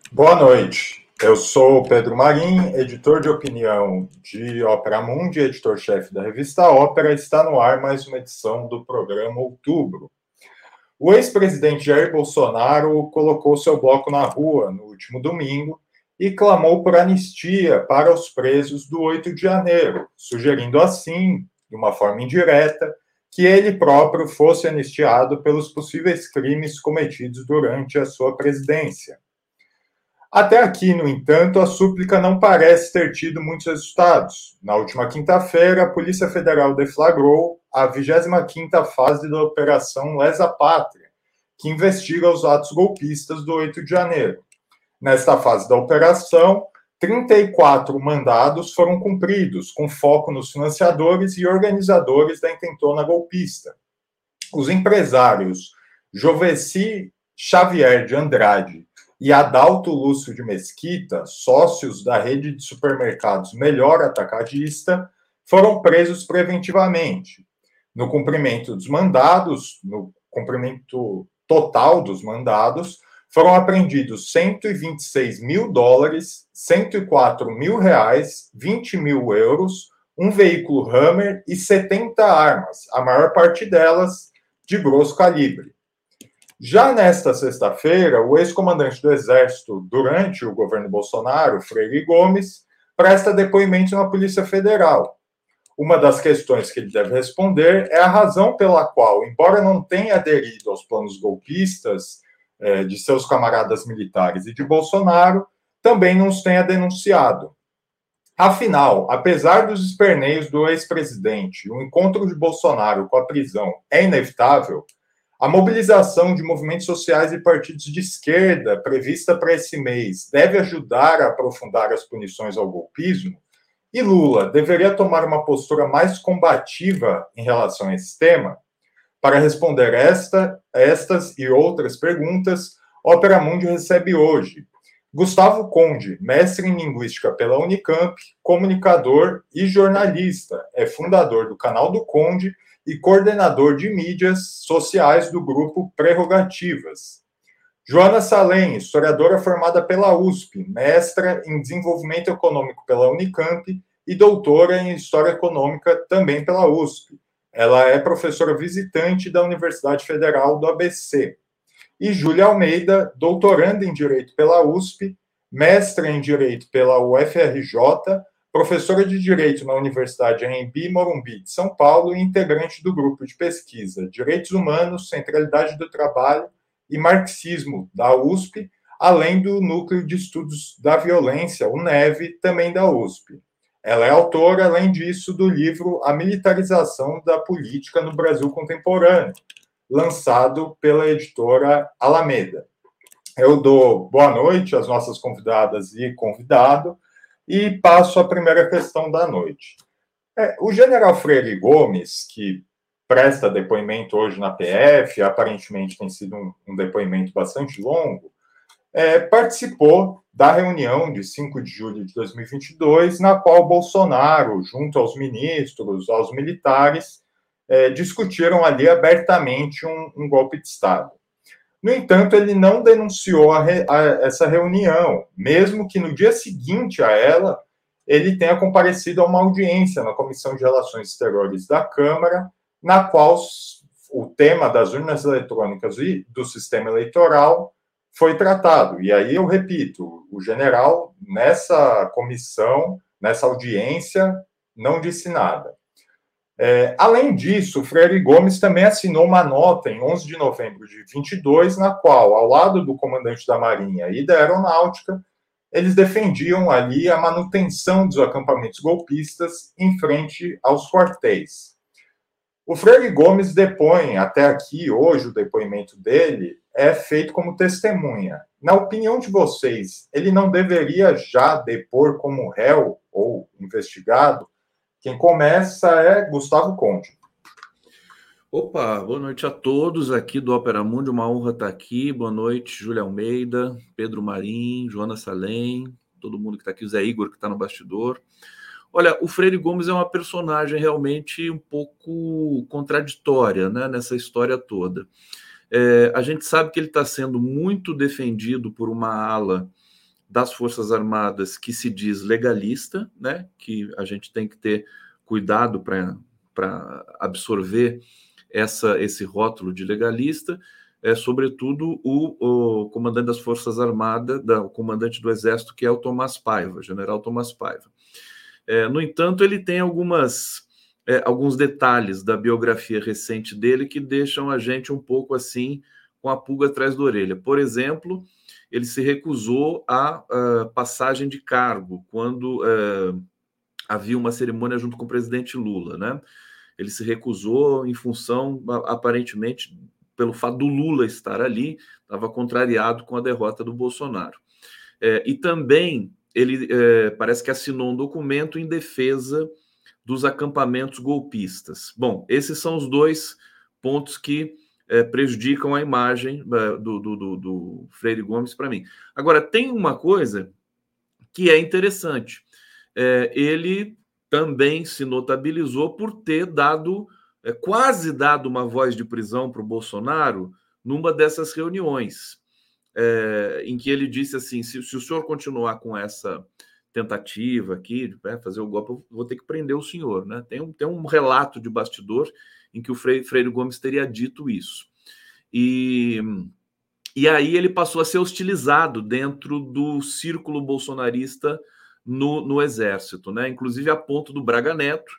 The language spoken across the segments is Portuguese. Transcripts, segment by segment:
Boa noite. Eu sou Pedro Marim, editor de opinião de Ópera Mundi, editor-chefe da revista Ópera. Está no ar mais uma edição do programa Outubro. O ex-presidente Jair Bolsonaro colocou seu bloco na rua no último domingo e clamou por anistia para os presos do 8 de janeiro, sugerindo assim, de uma forma indireta, que ele próprio fosse anistiado pelos possíveis crimes cometidos durante a sua presidência. Até aqui, no entanto, a súplica não parece ter tido muitos resultados. Na última quinta-feira, a Polícia Federal deflagrou a 25ª fase da Operação Lesa Pátria, que investiga os atos golpistas do 8 de janeiro. Nesta fase da operação, 34 mandados foram cumpridos, com foco nos financiadores e organizadores da intentona golpista. Os empresários Joveci Xavier de Andrade e Adalto Lúcio de Mesquita, sócios da rede de supermercados Melhor Atacadista, foram presos preventivamente. No cumprimento dos mandados, no cumprimento total dos mandados, foram apreendidos 126 mil dólares, 104 mil reais, 20 mil euros, um veículo Hammer e 70 armas, a maior parte delas de grosso calibre. Já nesta sexta-feira, o ex-comandante do Exército durante o governo Bolsonaro, Freire Gomes, presta depoimento na Polícia Federal. Uma das questões que ele deve responder é a razão pela qual, embora não tenha aderido aos planos golpistas de seus camaradas militares e de Bolsonaro, também não os tenha denunciado. Afinal, apesar dos esperneios do ex-presidente, o encontro de Bolsonaro com a prisão é inevitável. A mobilização de movimentos sociais e partidos de esquerda prevista para esse mês deve ajudar a aprofundar as punições ao golpismo? E Lula deveria tomar uma postura mais combativa em relação a esse tema? Para responder estas e outras perguntas, Ópera Mundi recebe hoje Gustavo Conde, mestre em Linguística pela Unicamp, comunicador e jornalista. É fundador do canal do Conde e coordenador de mídias sociais do grupo Prerrogativas. Joana Salem, historiadora formada pela USP, mestra em Desenvolvimento Econômico pela Unicamp e doutora em História Econômica também pela USP. Ela é professora visitante da Universidade Federal do ABC. E Júlia Almeida, doutoranda em Direito pela USP, mestra em Direito pela UFRJ, professora de Direito na Universidade Anhembi Morumbi de São Paulo e integrante do grupo de pesquisa Direitos Humanos, Centralidade do Trabalho e Marxismo da USP, além do Núcleo de Estudos da Violência, o NEV, também da USP. Ela é autora, além disso, do livro A Militarização da Política no Brasil Contemporâneo, lançado pela editora Alameda. Eu dou boa noite às nossas convidadas e convidado e passo a primeira questão da noite. O general Freire Gomes, que presta depoimento hoje na PF, aparentemente tem sido um depoimento bastante longo, participou da reunião de 5 de julho de 2022, na qual Bolsonaro, junto aos ministros, aos militares, discutiram ali abertamente um golpe de Estado. No entanto, ele não denunciou essa reunião, mesmo que no dia seguinte a ela, ele tenha comparecido a uma audiência na Comissão de Relações Exteriores da Câmara, na qual o tema das urnas eletrônicas e do sistema eleitoral foi tratado. E aí eu repito, o general, nessa comissão, nessa audiência, não disse nada. Além disso, o Freire Gomes também assinou uma nota em 11 de novembro de 22, na qual, ao lado do comandante da Marinha e da Aeronáutica, eles defendiam ali a manutenção dos acampamentos golpistas em frente aos quartéis. O Freire Gomes depõe, até aqui, hoje, o depoimento dele é feito como testemunha. Na opinião de vocês, ele não deveria já depor como réu ou investigado? Quem começa é Gustavo Conde. Opa, boa noite a todos aqui do Ópera Mundi, uma honra estar aqui. Boa noite, Júlia Almeida, Pedro Marim, Joana Salem, todo mundo que está aqui, o Zé Igor que está no bastidor. Olha, o Freire Gomes é uma personagem realmente um pouco contraditória, né, nessa história toda. A gente sabe que ele está sendo muito defendido por uma ala das Forças Armadas que se diz legalista, né? Que a gente tem que ter cuidado para absorver esse rótulo de legalista, sobretudo o comandante das Forças Armadas, o comandante do Exército, que é o Tomás Paiva, general Tomás Paiva. No entanto, ele tem alguns detalhes da biografia recente dele que deixam a gente um pouco assim, com a pulga atrás da orelha. Por exemplo, ele se recusou à passagem de cargo quando havia uma cerimônia junto com o presidente Lula, né? Ele se recusou em função, aparentemente, pelo fato do Lula estar ali, estava contrariado com a derrota do Bolsonaro. E também ele parece que assinou um documento em defesa dos acampamentos golpistas. Bom, esses são os dois pontos que prejudicam a imagem do Freire Gomes para mim. Agora, tem uma coisa que é interessante. Ele também se notabilizou por ter quase dado uma voz de prisão para o Bolsonaro numa dessas reuniões, em que ele disse assim, se o senhor continuar com essa tentativa aqui de fazer o golpe, eu vou ter que prender o senhor, né? Tem um relato de bastidor em que o Freire Gomes teria dito isso. E aí ele passou a ser hostilizado dentro do círculo bolsonarista no Exército, né? Inclusive a ponto do Braga Neto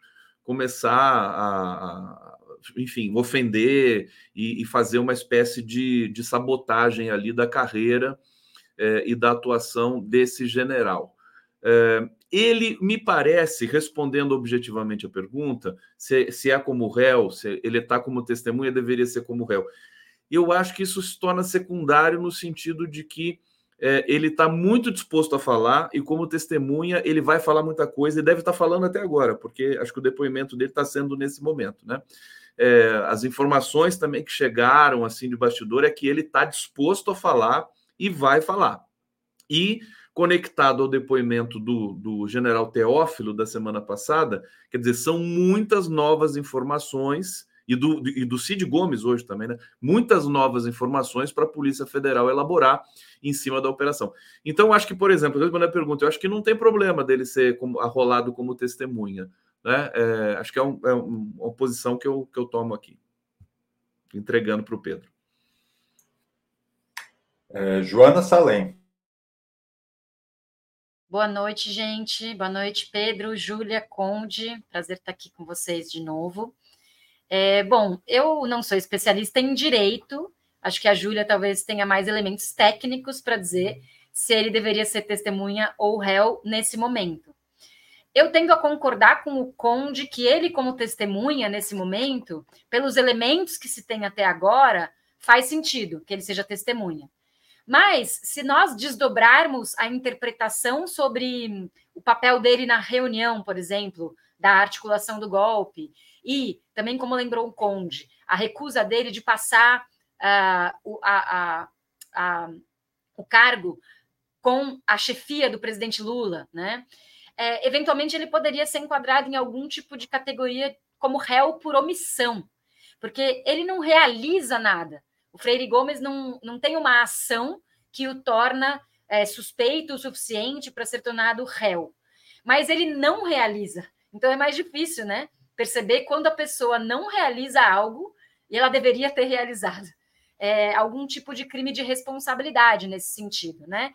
começar enfim, ofender e fazer uma espécie de sabotagem ali da carreira e da atuação desse general. Ele me parece, respondendo objetivamente a pergunta, se é como réu, se ele está como testemunha, deveria ser como réu. Eu acho que isso se torna secundário no sentido de que ele está muito disposto a falar e, como testemunha, ele vai falar muita coisa e deve estar falando até agora, porque acho que o depoimento dele está sendo nesse momento, né? As informações também que chegaram assim de bastidor é que ele está disposto a falar e vai falar. E, conectado ao depoimento do general Teófilo da semana passada, quer dizer, são muitas novas informações, e do Cid Gomes hoje também, né? Muitas novas informações para a Polícia Federal elaborar em cima da operação. Então, acho que, por exemplo, respondendo a pergunta, eu acho que não tem problema dele ser arrolado como testemunha, né? Acho que é uma posição que eu tomo aqui, entregando para o Pedro. Joana Salem. Boa noite, gente. Boa noite, Pedro, Júlia, Conde. Prazer estar aqui com vocês de novo. Bom, eu não sou especialista em direito. Acho que a Júlia talvez tenha mais elementos técnicos para dizer se ele deveria ser testemunha ou réu nesse momento. Eu tendo a concordar com o Conde que ele, como testemunha nesse momento, pelos elementos que se tem até agora, faz sentido que ele seja testemunha. Mas, se nós desdobrarmos a interpretação sobre o papel dele na reunião, por exemplo, da articulação do golpe, e também, como lembrou o Conde, a recusa dele de passar o cargo com a chefia do presidente Lula, né? Eventualmente ele poderia ser enquadrado em algum tipo de categoria como réu por omissão, porque ele não realiza nada. O Freire Gomes não tem uma ação que o torna suspeito o suficiente para ser tornado réu. Mas ele não realiza. Então é mais difícil, né? Perceber quando a pessoa não realiza algo e ela deveria ter realizado. Algum tipo de crime de responsabilidade nesse sentido, né?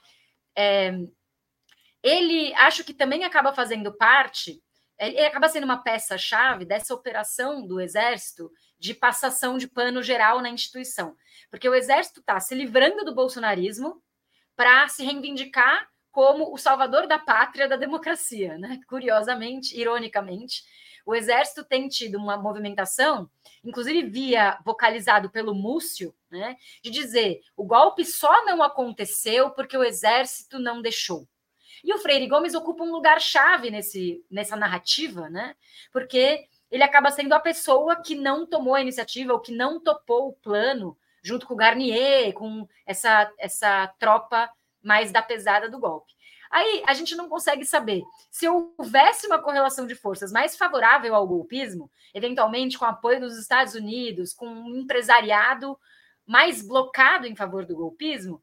Ele, acho que também acaba fazendo parte, ele acaba sendo uma peça-chave dessa operação do Exército de passação de pano geral na instituição. Porque o Exército está se livrando do bolsonarismo para se reivindicar como o salvador da pátria da democracia, né? Curiosamente, ironicamente, o Exército tem tido uma movimentação, inclusive vocalizado pelo Múcio, né, de dizer o golpe só não aconteceu porque o Exército não deixou. E o Freire Gomes ocupa um lugar-chave nessa narrativa, né? Porque ele acaba sendo a pessoa que não tomou a iniciativa, ou que não topou o plano, junto com o Garnier, com essa tropa mais da pesada do golpe. Aí a gente não consegue saber se houvesse uma correlação de forças mais favorável ao golpismo, eventualmente com apoio dos Estados Unidos, com um empresariado mais blocado em favor do golpismo,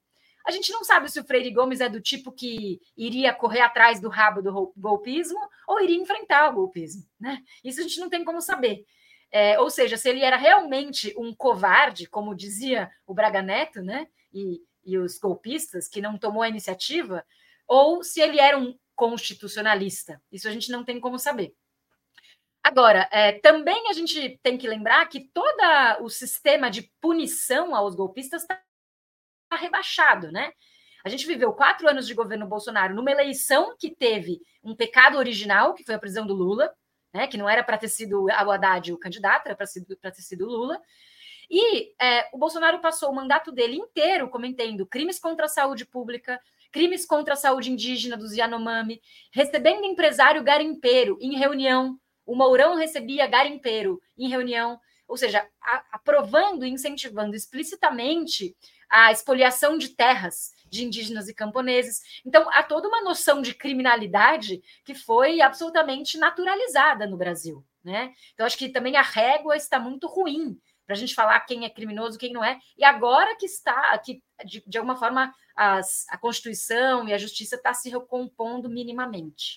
A gente não sabe se o Freire Gomes é do tipo que iria correr atrás do rabo do golpismo ou iria enfrentar o golpismo, né? Isso a gente não tem como saber. Ou seja, se ele era realmente um covarde, como dizia o Braga Neto, né? E os golpistas, que não tomou a iniciativa, ou se ele era um constitucionalista. Isso a gente não tem como saber. Agora, também a gente tem que lembrar que todo o sistema de punição aos golpistas está rebaixado, né? A gente viveu 4 anos de governo Bolsonaro numa eleição que teve um pecado original, que foi a prisão do Lula, né? Que não era para ter sido o Haddad o candidato, era para ter sido o Lula. E o Bolsonaro passou o mandato dele inteiro cometendo crimes contra a saúde pública, crimes contra a saúde indígena dos Yanomami, recebendo empresário garimpeiro em reunião. O Mourão recebia garimpeiro em reunião, ou seja, aprovando e incentivando explicitamente a expoliação de terras de indígenas e camponeses. Então, há toda uma noção de criminalidade que foi absolutamente naturalizada no Brasil, né? Então, acho que também a régua está muito ruim para a gente falar quem é criminoso, quem não é. E agora que está, que de alguma forma a Constituição e a Justiça está se recompondo minimamente.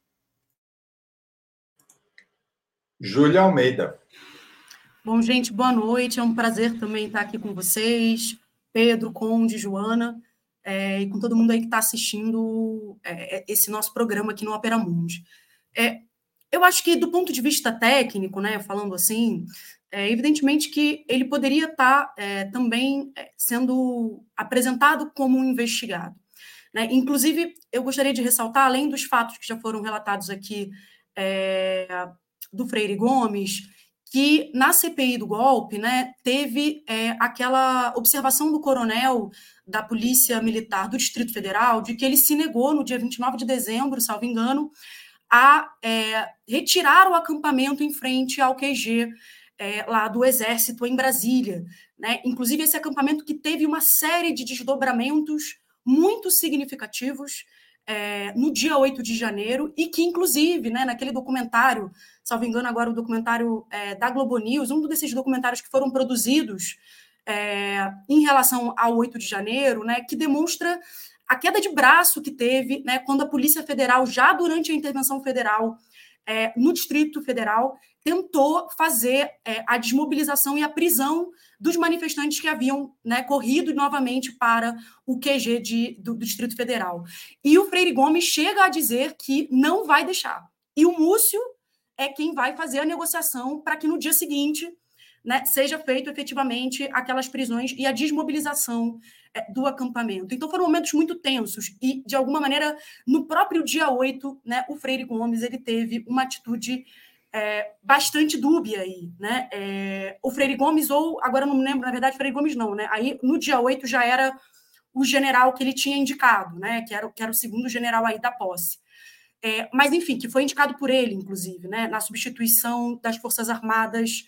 Júlia Almeida. Bom, gente, boa noite. É um prazer também estar aqui com vocês, Pedro, Conde, Joana, e com todo mundo aí que está assistindo esse nosso programa aqui no Opera Mundi. Eu acho que, do ponto de vista técnico, né, falando assim, evidentemente que ele poderia estar também sendo apresentado como um investigado, né? Inclusive, eu gostaria de ressaltar, além dos fatos que já foram relatados aqui do Freire Gomes, que na CPI do golpe, né, teve aquela observação do coronel da Polícia Militar do Distrito Federal de que ele se negou, no dia 29 de dezembro, salvo engano, a retirar o acampamento em frente ao QG lá do Exército em Brasília, né? Inclusive esse acampamento que teve uma série de desdobramentos muito significativos no dia 8 de janeiro e que, inclusive, né, naquele documentário, salvo engano agora o documentário da Globo News, um desses documentários que foram produzidos em relação ao 8 de janeiro, né, que demonstra a queda de braço que teve, né, quando a Polícia Federal, já durante a intervenção federal no Distrito Federal, tentou fazer a desmobilização e a prisão dos manifestantes que haviam, né, corrido novamente para o QG do Distrito Federal. E o Freire Gomes chega a dizer que não vai deixar. E o Múcio é quem vai fazer a negociação para que no dia seguinte, né, seja feito efetivamente aquelas prisões e a desmobilização do acampamento. Então foram momentos muito tensos e, de alguma maneira, no próprio dia 8, né, o Freire Gomes ele teve uma atitude bastante dúbia aí, né? O Freire Gomes, ou agora eu não me lembro, na verdade, Freire Gomes não, né? Aí no dia 8 já era o general que ele tinha indicado, né? Que era o segundo general aí da posse. Mas, enfim, que foi indicado por ele, inclusive, né? Na substituição das Forças Armadas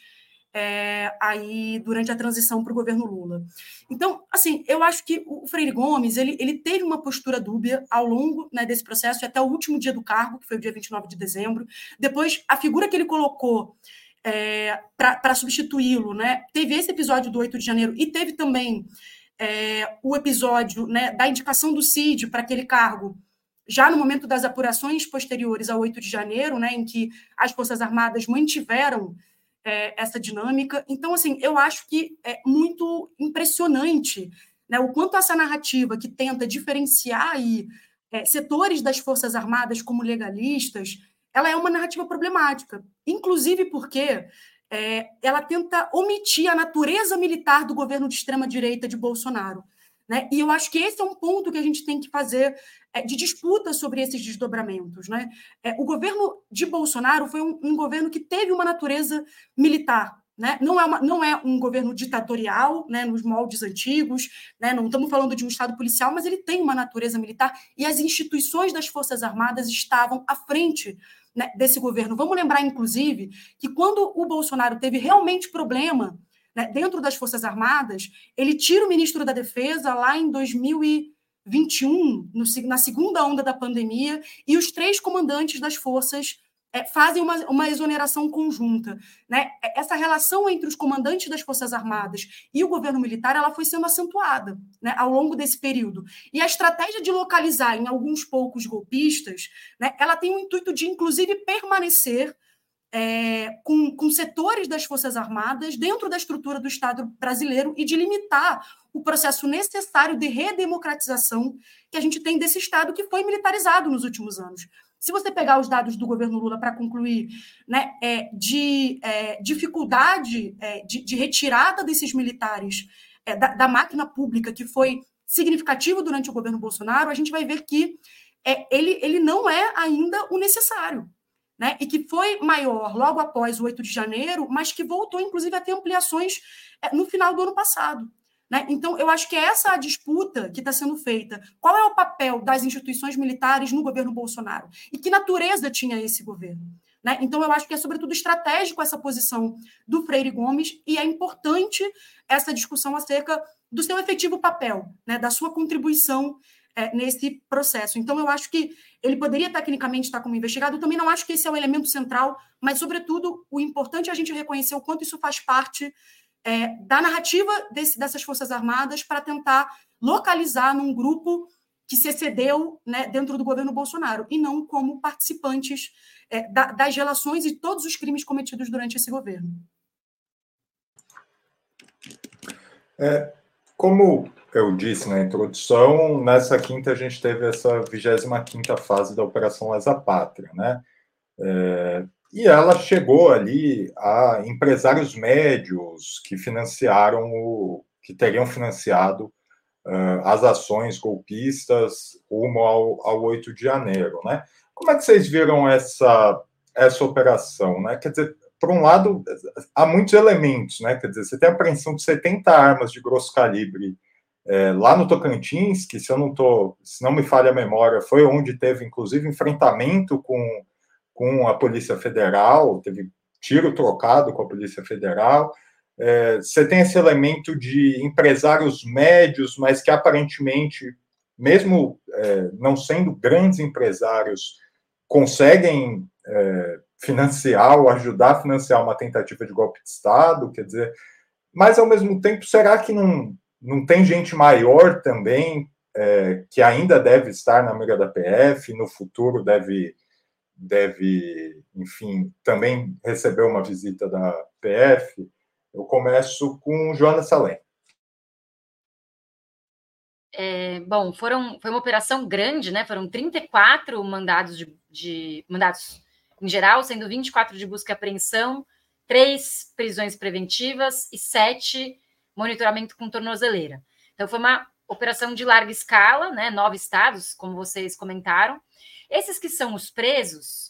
aí durante a transição para o governo Lula. Então, assim, eu acho que o Freire Gomes ele teve uma postura dúbia ao longo, né, desse processo e até o último dia do cargo, que foi o dia 29 de dezembro. Depois, a figura que ele colocou para substituí-lo, né, teve esse episódio do 8 de janeiro e teve também o episódio, né, da indicação do Cid para aquele cargo já no momento das apurações posteriores ao 8 de janeiro, né, em que as Forças Armadas mantiveram essa dinâmica. Então, assim, eu acho que é muito impressionante, né, o quanto essa narrativa que tenta diferenciar aí, setores das Forças Armadas como legalistas, ela é uma narrativa problemática, inclusive porque ela tenta omitir a natureza militar do governo de extrema-direita de Bolsonaro, né? E eu acho que esse é um ponto que a gente tem que fazer de disputa sobre esses desdobramentos, né? O governo de Bolsonaro foi um governo que teve uma natureza militar, né? Não é um governo ditatorial, né, nos moldes antigos, né? Não estamos falando de um Estado policial, mas ele tem uma natureza militar e as instituições das Forças Armadas estavam à frente, né, desse governo. Vamos lembrar, inclusive, que quando o Bolsonaro teve realmente problema, né, dentro das Forças Armadas, ele tira o ministro da Defesa lá em 2021, na segunda onda da pandemia, e os 3 comandantes das forças fazem uma exoneração conjunta, né? Essa relação entre os comandantes das Forças Armadas e o governo militar, ela foi sendo acentuada, né, ao longo desse período. E a estratégia de localizar em alguns poucos golpistas, né, ela tem o intuito de, inclusive, permanecer com setores das Forças Armadas dentro da estrutura do Estado brasileiro e de limitar o processo necessário de redemocratização que a gente tem desse Estado que foi militarizado nos últimos anos. Se você pegar os dados do governo Lula para concluir, né, de dificuldade de retirada desses militares da máquina pública, que foi significativo durante o governo Bolsonaro, a gente vai ver que ele não é ainda o necessário, né, e que foi maior logo após o 8 de janeiro, mas que voltou, inclusive, a ter ampliações no final do ano passado. Né? Então, eu acho que é essa a disputa que está sendo feita. Qual é o papel das instituições militares no governo Bolsonaro? E que natureza tinha esse governo? Né? Então, eu acho que é, sobretudo, estratégico essa posição do Freire Gomes e é importante essa discussão acerca do seu efetivo papel, né? Da sua contribuição nesse processo. Então, eu acho que ele poderia, tecnicamente, estar como investigado. Eu também não acho que esse é o elemento central, mas, sobretudo, o importante é a gente reconhecer o quanto isso faz parte da narrativa dessas Forças Armadas para tentar localizar num grupo que se excedeu, né, dentro do governo Bolsonaro, e não como participantes das relações e todos os crimes cometidos durante esse governo. Como eu disse na introdução, nessa quinta a gente teve essa 25ª fase da Operação Lesa Pátria, né? E ela chegou ali a empresários médios que que teriam financiado as ações golpistas rumo ao 8 de janeiro, né? Como é que vocês viram essa operação, né? Quer dizer, por um lado, há muitos elementos, né? Quer dizer, você tem a apreensão de 70 armas de grosso calibre lá no Tocantins, que se não me falha a memória, foi onde teve, inclusive, enfrentamento com a Polícia Federal, teve tiro trocado com a Polícia Federal. Você tem esse elemento de empresários médios, mas que aparentemente, mesmo não sendo grandes empresários, conseguem financiar ou ajudar a financiar uma tentativa de golpe de Estado, quer dizer, mas ao mesmo tempo, será que não tem gente maior também que ainda deve estar na mira da PF, no futuro deve, enfim, também receber uma visita da PF? Eu começo com Joana Salem. Bom, foi uma operação grande, né? Foram 34 mandados mandados em geral, sendo 24 de busca e apreensão, 3 prisões preventivas e 7 monitoramento com tornozeleira. Então, foi uma operação de larga escala, né? 9 estados, como vocês comentaram. Esses que são os presos,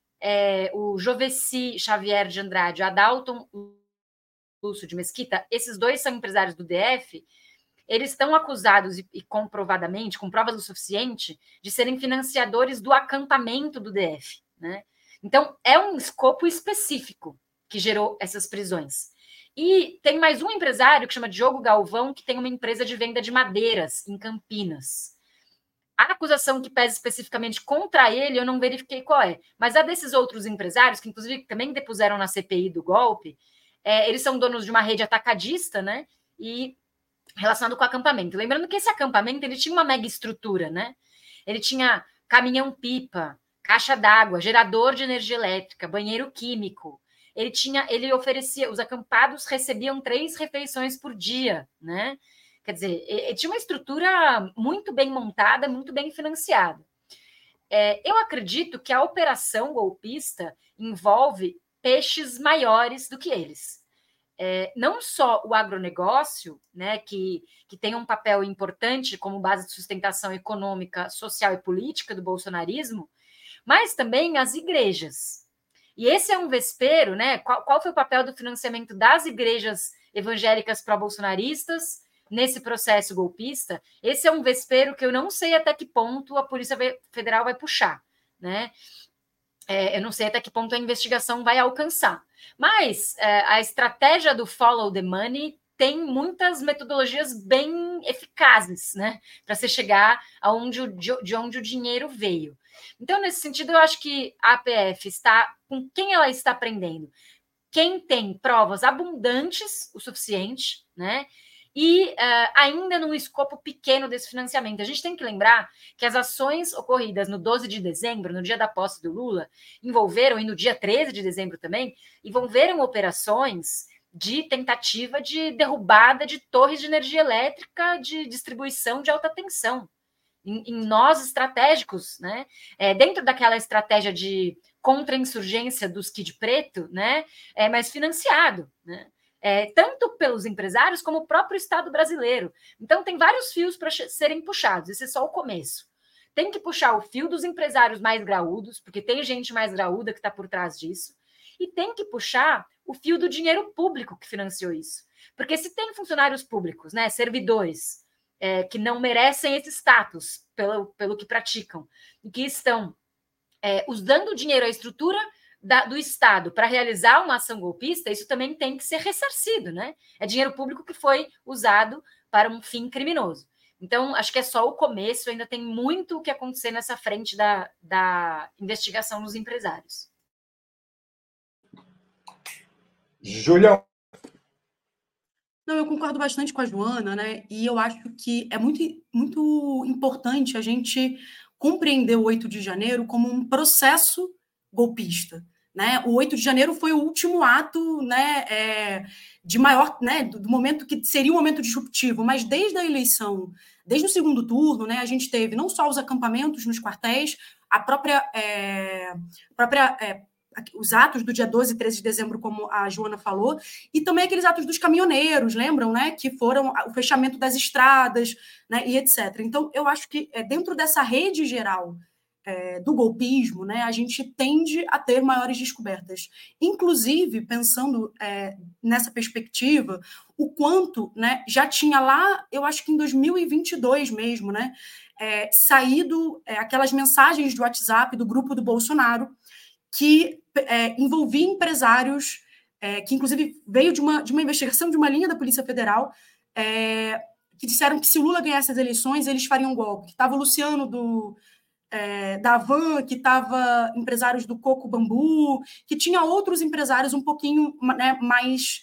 o Joveci Xavier de Andrade, Adalton Lúcio de Mesquita, esses 2 são empresários do DF. Eles estão acusados e comprovadamente, com provas o suficiente, de serem financiadores do acampamento do DF, né? Então, é um escopo específico que gerou essas prisões. E tem mais um empresário que chama Diogo Galvão, que tem uma empresa de venda de madeiras em Campinas. A acusação que pesa especificamente contra ele, eu não verifiquei qual é. Mas a desses outros empresários, que inclusive também depuseram na CPI do golpe, eles são donos de uma rede atacadista, né? E relacionado com o acampamento. Lembrando que esse acampamento ele tinha uma mega estrutura, né? Ele tinha caminhão-pipa, caixa d'água, gerador de energia elétrica, banheiro químico. Ele oferecia, os acampados recebiam 3 refeições por dia, né? Quer dizer, ele tinha uma estrutura muito bem montada, muito bem financiada. Eu acredito que a operação golpista envolve peixes maiores do que eles. Não só o agronegócio, né, que tem um papel importante como base de sustentação econômica, social e política do bolsonarismo, mas também as igrejas. E esse é um vespeiro, né? Qual foi o papel do financiamento das igrejas evangélicas pró-bolsonaristas nesse processo golpista? Esse é um vespeiro que eu não sei até que ponto a Polícia Federal vai puxar, né? Eu não sei até que ponto a investigação vai alcançar. Mas a estratégia do follow the money tem muitas metodologias bem eficazes, né? Para você chegar de onde o dinheiro veio. Então, nesse sentido, eu acho que a APF está com quem ela está prendendo? Quem tem provas abundantes o suficiente, né? E ainda num escopo pequeno desse financiamento. A gente tem que lembrar que as ações ocorridas no 12 de dezembro, no dia da posse do Lula, envolveram, e no dia 13 de dezembro também, envolveram operações de tentativa de derrubada de torres de energia elétrica de distribuição de alta tensão, em nós estratégicos, né? Dentro daquela estratégia de contra-insurgência dos Kid Preto, né? Mas financiado, né? Tanto pelos empresários como o próprio Estado brasileiro. Então, tem vários fios para serem puxados, esse é só o começo. Tem que puxar o fio dos empresários mais graúdos, porque tem gente mais graúda que está por trás disso, e tem que puxar o fio do dinheiro público que financiou isso. Porque se tem funcionários públicos, né, servidores, que não merecem esse status pelo que praticam, e que estão usando o dinheiro, a estrutura do Estado para realizar uma ação golpista, isso também tem que ser ressarcido, né? É dinheiro público que foi usado para um fim criminoso. Então, acho que é só o começo, ainda tem muito o que acontecer nessa frente da investigação dos empresários. Júlia. Não, eu concordo bastante com a Joana, né? E eu acho que é muito, muito importante a gente compreender o 8 de janeiro como um processo golpista, né? O 8 de janeiro foi o último ato, né, de maior, né, do momento que seria um momento disruptivo, mas desde a eleição, desde o segundo turno, né, a gente teve não só os acampamentos nos quartéis, os atos do dia 12 e 13 de dezembro, como a Joana falou, e também aqueles atos dos caminhoneiros, lembram, né? Que foram o fechamento das estradas, né? E etc. Então, eu acho que dentro dessa rede geral do golpismo, né, a gente tende a ter maiores descobertas. Inclusive, pensando nessa perspectiva, o quanto, né, já tinha lá, eu acho que em 2022 mesmo, né, saído aquelas mensagens do WhatsApp do grupo do Bolsonaro, que envolvia empresários, que inclusive veio de uma investigação de uma linha da Polícia Federal, que disseram que se o Lula ganhasse as eleições, eles fariam um golpe. Estava o Luciano da Havan, que estava empresários do Coco Bambu, que tinha outros empresários um pouquinho, né, mais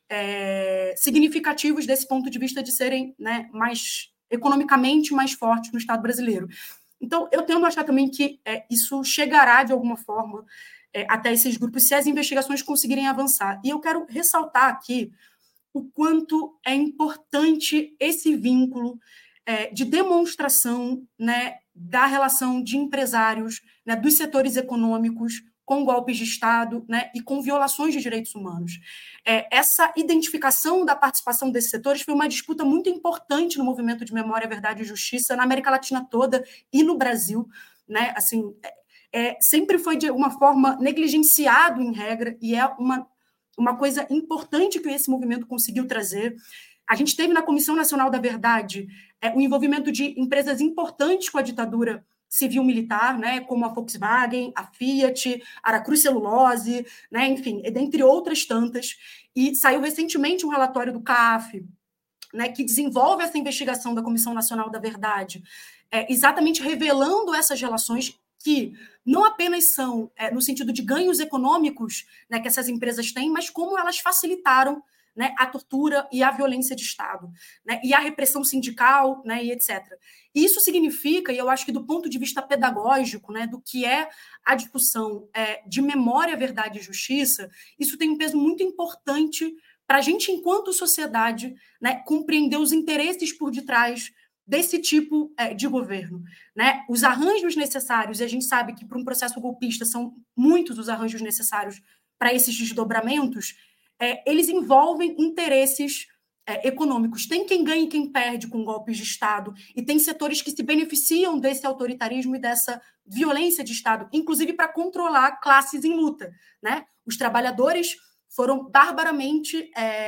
significativos desse ponto de vista de serem, né, mais economicamente mais fortes no Estado brasileiro. Então, eu tendo a achar também que isso chegará, de alguma forma, até esses grupos, se as investigações conseguirem avançar. E eu quero ressaltar aqui o quanto é importante esse vínculo de demonstração, né, da relação de empresários, né, dos setores econômicos com golpes de Estado, né, e com violações de direitos humanos. Essa identificação da participação desses setores foi uma disputa muito importante no movimento de memória, verdade e justiça na América Latina toda e no Brasil, né? Assim, sempre foi de alguma forma negligenciado em regra, e é uma coisa importante que esse movimento conseguiu trazer. A gente teve na Comissão Nacional da Verdade o envolvimento de empresas importantes com a ditadura civil-militar, né, como a Volkswagen, a Fiat, Aracruz Celulose, né, enfim, dentre outras tantas. E saiu recentemente um relatório do CAF, né, que desenvolve essa investigação da Comissão Nacional da Verdade, exatamente revelando essas relações que não apenas são no sentido de ganhos econômicos, né, que essas empresas têm, mas como elas facilitaram, né, a tortura e a violência de Estado, né, e a repressão sindical, né, e etc. E isso significa, e eu acho que do ponto de vista pedagógico, né, do que é a discussão de memória, verdade e justiça, isso tem um peso muito importante para a gente, enquanto sociedade, né, compreender os interesses por detrás desse tipo de governo, né? Os arranjos necessários, e a gente sabe que para um processo golpista são muitos os arranjos necessários para esses desdobramentos, eles envolvem interesses econômicos. Tem quem ganha e quem perde com golpes de Estado, e tem setores que se beneficiam desse autoritarismo e dessa violência de Estado, inclusive para controlar classes em luta, né? Os trabalhadores foram barbaramente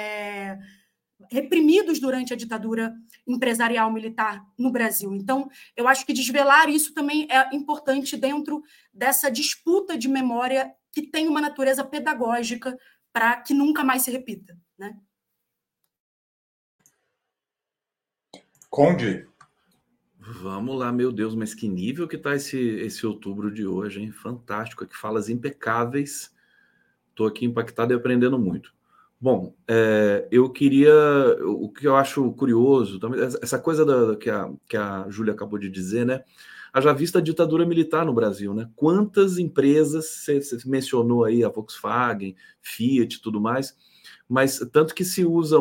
reprimidos durante a ditadura empresarial militar no Brasil. Então, eu acho que desvelar isso também é importante dentro dessa disputa de memória que tem uma natureza pedagógica para que nunca mais se repita, né? Conde. Vamos lá, meu Deus, mas que nível que está esse outubro de hoje, hein? Fantástico, aqui falas impecáveis. Estou aqui impactado e aprendendo muito. Bom, eu queria... O que eu acho curioso, também, essa coisa que a Júlia acabou de dizer, né? Haja vista a ditadura militar no Brasil, né? Quantas empresas, você mencionou aí a Volkswagen, Fiat e tudo mais, mas tanto que se usa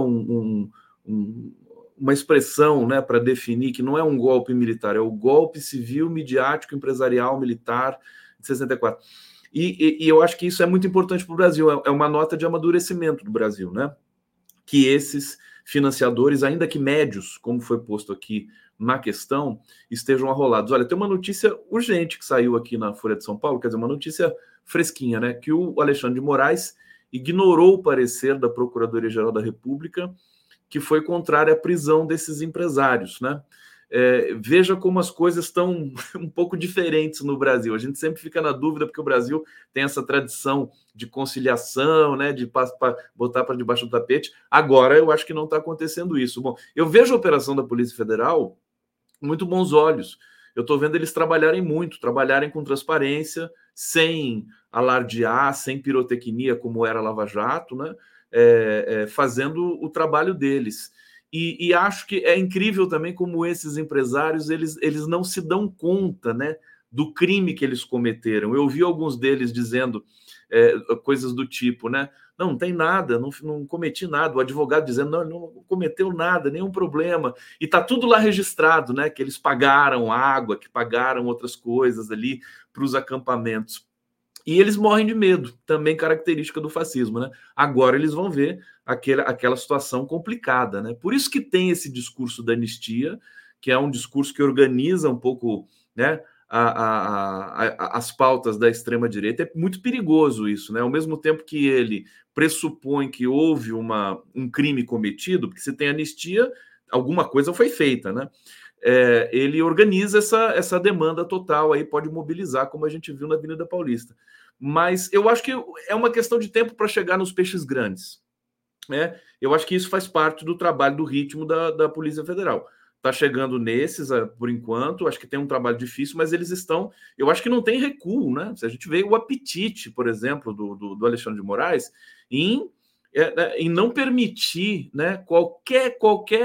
uma expressão, né, para definir que não é um golpe militar, é o golpe civil, midiático, empresarial, militar de 64. E eu acho que isso é muito importante para o Brasil, é uma nota de amadurecimento do Brasil, né? Que esses financiadores, ainda que médios, como foi posto aqui na questão, estejam arrolados. Olha, tem uma notícia urgente que saiu aqui na Folha de São Paulo, quer dizer, uma notícia fresquinha, né? Que o Alexandre de Moraes ignorou o parecer da Procuradoria-Geral da República, que foi contrária à prisão desses empresários, né? Veja como as coisas estão um pouco diferentes no Brasil. A gente sempre fica na dúvida, porque o Brasil tem essa tradição de conciliação, né, de botar para debaixo do tapete. Agora, eu acho que não está acontecendo isso. Bom, eu vejo a operação da Polícia Federal com muito bons olhos. Eu estou vendo eles trabalharem com transparência, sem alardear, sem pirotecnia, como era a Lava Jato, né, fazendo o trabalho deles. E acho que é incrível também como esses empresários eles não se dão conta, né, do crime que eles cometeram. Eu vi alguns deles dizendo coisas do tipo, né? Não tem nada, não cometi nada. O advogado dizendo, não cometeu nada, nenhum problema. E está tudo lá registrado, né? Que eles pagaram água, que pagaram outras coisas ali para os acampamentos. E eles morrem de medo, também característica do fascismo, né? Agora eles vão ver aquela situação complicada, né? Por isso que tem esse discurso da anistia, que é um discurso que organiza um pouco, né, as pautas da extrema-direita. É muito perigoso isso, né? Ao mesmo tempo que ele pressupõe que houve um crime cometido, porque se tem anistia, alguma coisa foi feita, né? Ele organiza essa demanda total, aí pode mobilizar, como a gente viu na Avenida Paulista. Mas eu acho que é uma questão de tempo para chegar nos peixes grandes, né? Eu acho que isso faz parte do trabalho, do ritmo da Polícia Federal. Está chegando nesses, por enquanto, acho que tem um trabalho difícil, mas eles estão... Eu acho que não tem recuo, né? Se a gente vê o apetite, por exemplo, do Alexandre de Moraes em não permitir, né, qualquer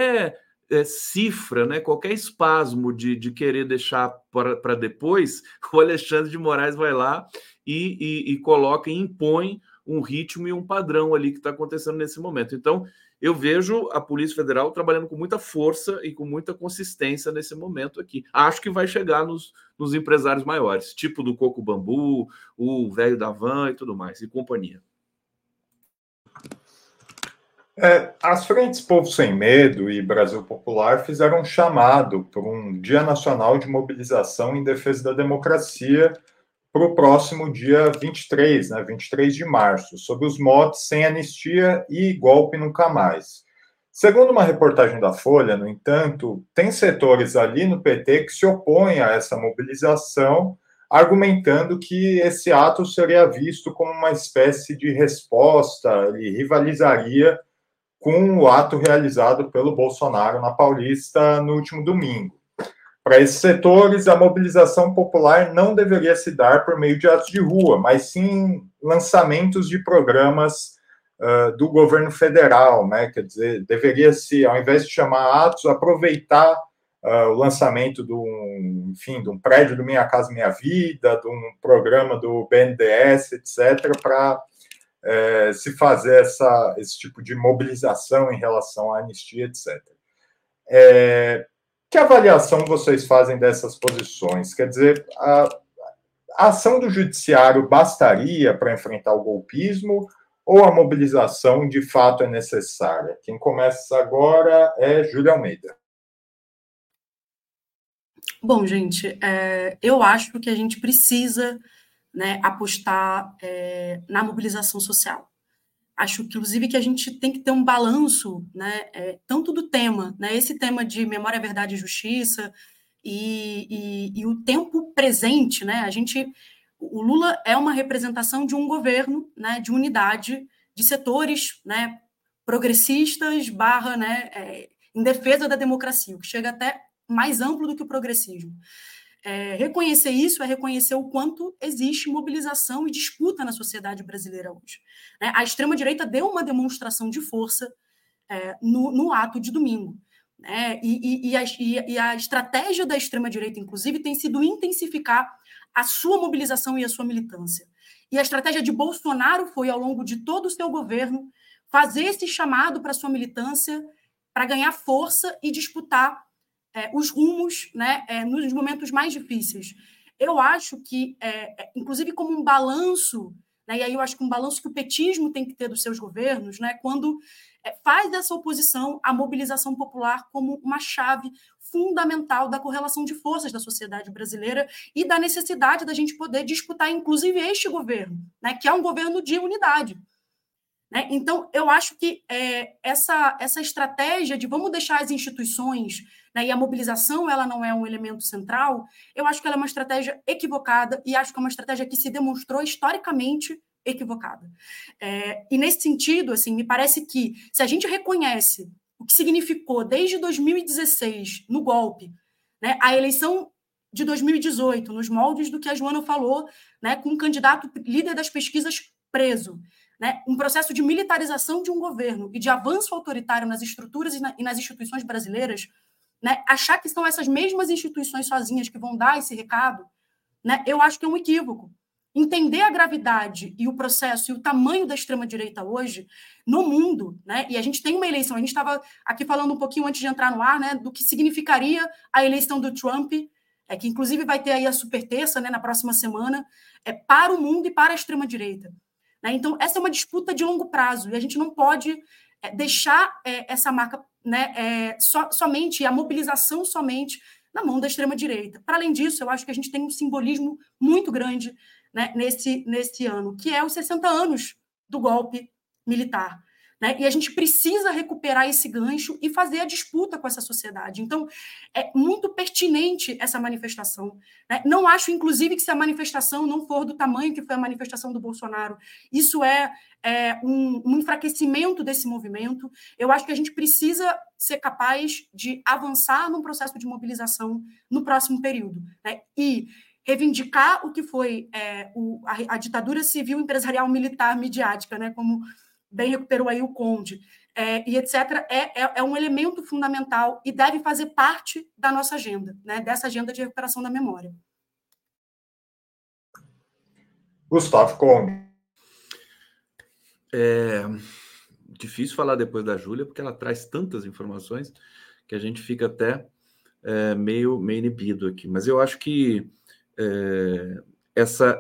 cifra, né, qualquer espasmo de querer deixar para depois, o Alexandre de Moraes vai lá e coloca e impõe um ritmo e um padrão ali que está acontecendo nesse momento. Então, eu vejo a Polícia Federal trabalhando com muita força e com muita consistência nesse momento aqui. Acho que vai chegar nos empresários maiores, tipo do Coco Bambu, o velho da Van e tudo mais, e companhia. As frentes Povo Sem Medo e Brasil Popular fizeram um chamado por um Dia Nacional de Mobilização em Defesa da Democracia para o próximo dia 23, né, 23 de março, sob os motes Sem Anistia e Golpe Nunca Mais. Segundo uma reportagem da Folha, no entanto, tem setores ali no PT que se opõem a essa mobilização, argumentando que esse ato seria visto como uma espécie de resposta e rivalizaria com o ato realizado pelo Bolsonaro na Paulista no último domingo. Para esses setores, a mobilização popular não deveria se dar por meio de atos de rua, mas sim lançamentos de programas do governo federal, né? Quer dizer, deveria-se, ao invés de chamar atos, aproveitar o lançamento de um prédio do Minha Casa Minha Vida, de um programa do BNDES, etc., para se fazer esse tipo de mobilização em relação à anistia, etc. Que avaliação vocês fazem dessas posições? Quer dizer, a ação do judiciário bastaria para enfrentar o golpismo ou a mobilização de fato é necessária? Quem começa agora é Júlia Almeida. Bom, gente, eu acho que a gente precisa, né, apostar na mobilização social. Acho, inclusive, que a gente tem que ter um balanço, né, tanto do tema, né, esse tema de memória, verdade e justiça, e o tempo presente, né, o Lula é uma representação de um governo, né, de unidade, de setores, né, progressistas, em defesa da democracia, o que chega até mais amplo do que o progressismo. Reconhecer isso é reconhecer o quanto existe mobilização e disputa na sociedade brasileira hoje. A extrema-direita deu uma demonstração de força no ato de domingo. E a estratégia da extrema-direita, inclusive, tem sido intensificar a sua mobilização e a sua militância. E a estratégia de Bolsonaro foi, ao longo de todo o seu governo, fazer esse chamado para a sua militância para ganhar força e disputar os rumos, nos momentos mais difíceis. Eu acho que, inclusive como um balanço, e aí eu acho que um balanço que o petismo tem que ter dos seus governos, quando faz dessa oposição à mobilização popular como uma chave fundamental da correlação de forças da sociedade brasileira e da necessidade da gente poder disputar, inclusive, este governo, que é um governo de unidade. Então, eu acho que essa estratégia de vamos deixar as instituições, e a mobilização ela não é um elemento central, eu acho que ela é uma estratégia equivocada e acho que é uma estratégia que se demonstrou historicamente equivocada. E, nesse sentido, assim, me parece que, se a gente reconhece o que significou desde 2016, no golpe, a eleição de 2018, nos moldes do que a Joana falou, com um candidato líder das pesquisas preso, um processo de militarização de um governo e de avanço autoritário nas estruturas e nas instituições brasileiras, achar que são essas mesmas instituições sozinhas que vão dar esse recado, eu acho que é um equívoco. Entender a gravidade e o processo e o tamanho da extrema-direita hoje no mundo, e a gente tem uma eleição, a gente estava aqui falando um pouquinho antes de entrar no ar, do que significaria a eleição do Trump, que inclusive vai ter aí a super terça, na próxima semana, para o mundo e para a extrema-direita. Então, essa é uma disputa de longo prazo, e a gente não pode deixar essa marca somente, a mobilização somente na mão da extrema-direita. Para além disso, eu acho que a gente tem um simbolismo muito grande nesse ano, que é os 60 anos do golpe militar. E a gente precisa recuperar esse gancho e fazer a disputa com essa sociedade. Então, é muito pertinente essa manifestação. Não acho, inclusive, que se a manifestação não for do tamanho que foi a manifestação do Bolsonaro, isso é um enfraquecimento desse movimento. Eu acho que a gente precisa ser capaz de avançar num processo de mobilização no próximo período. E reivindicar o que foi a ditadura civil, empresarial, militar, midiática, como bem recuperou aí o Conde, e etc., é um elemento fundamental e deve fazer parte da nossa agenda, dessa agenda de recuperação da memória. Gustavo Conde. É difícil falar depois da Júlia, porque ela traz tantas informações que a gente fica até meio inibido aqui. Mas eu acho que essa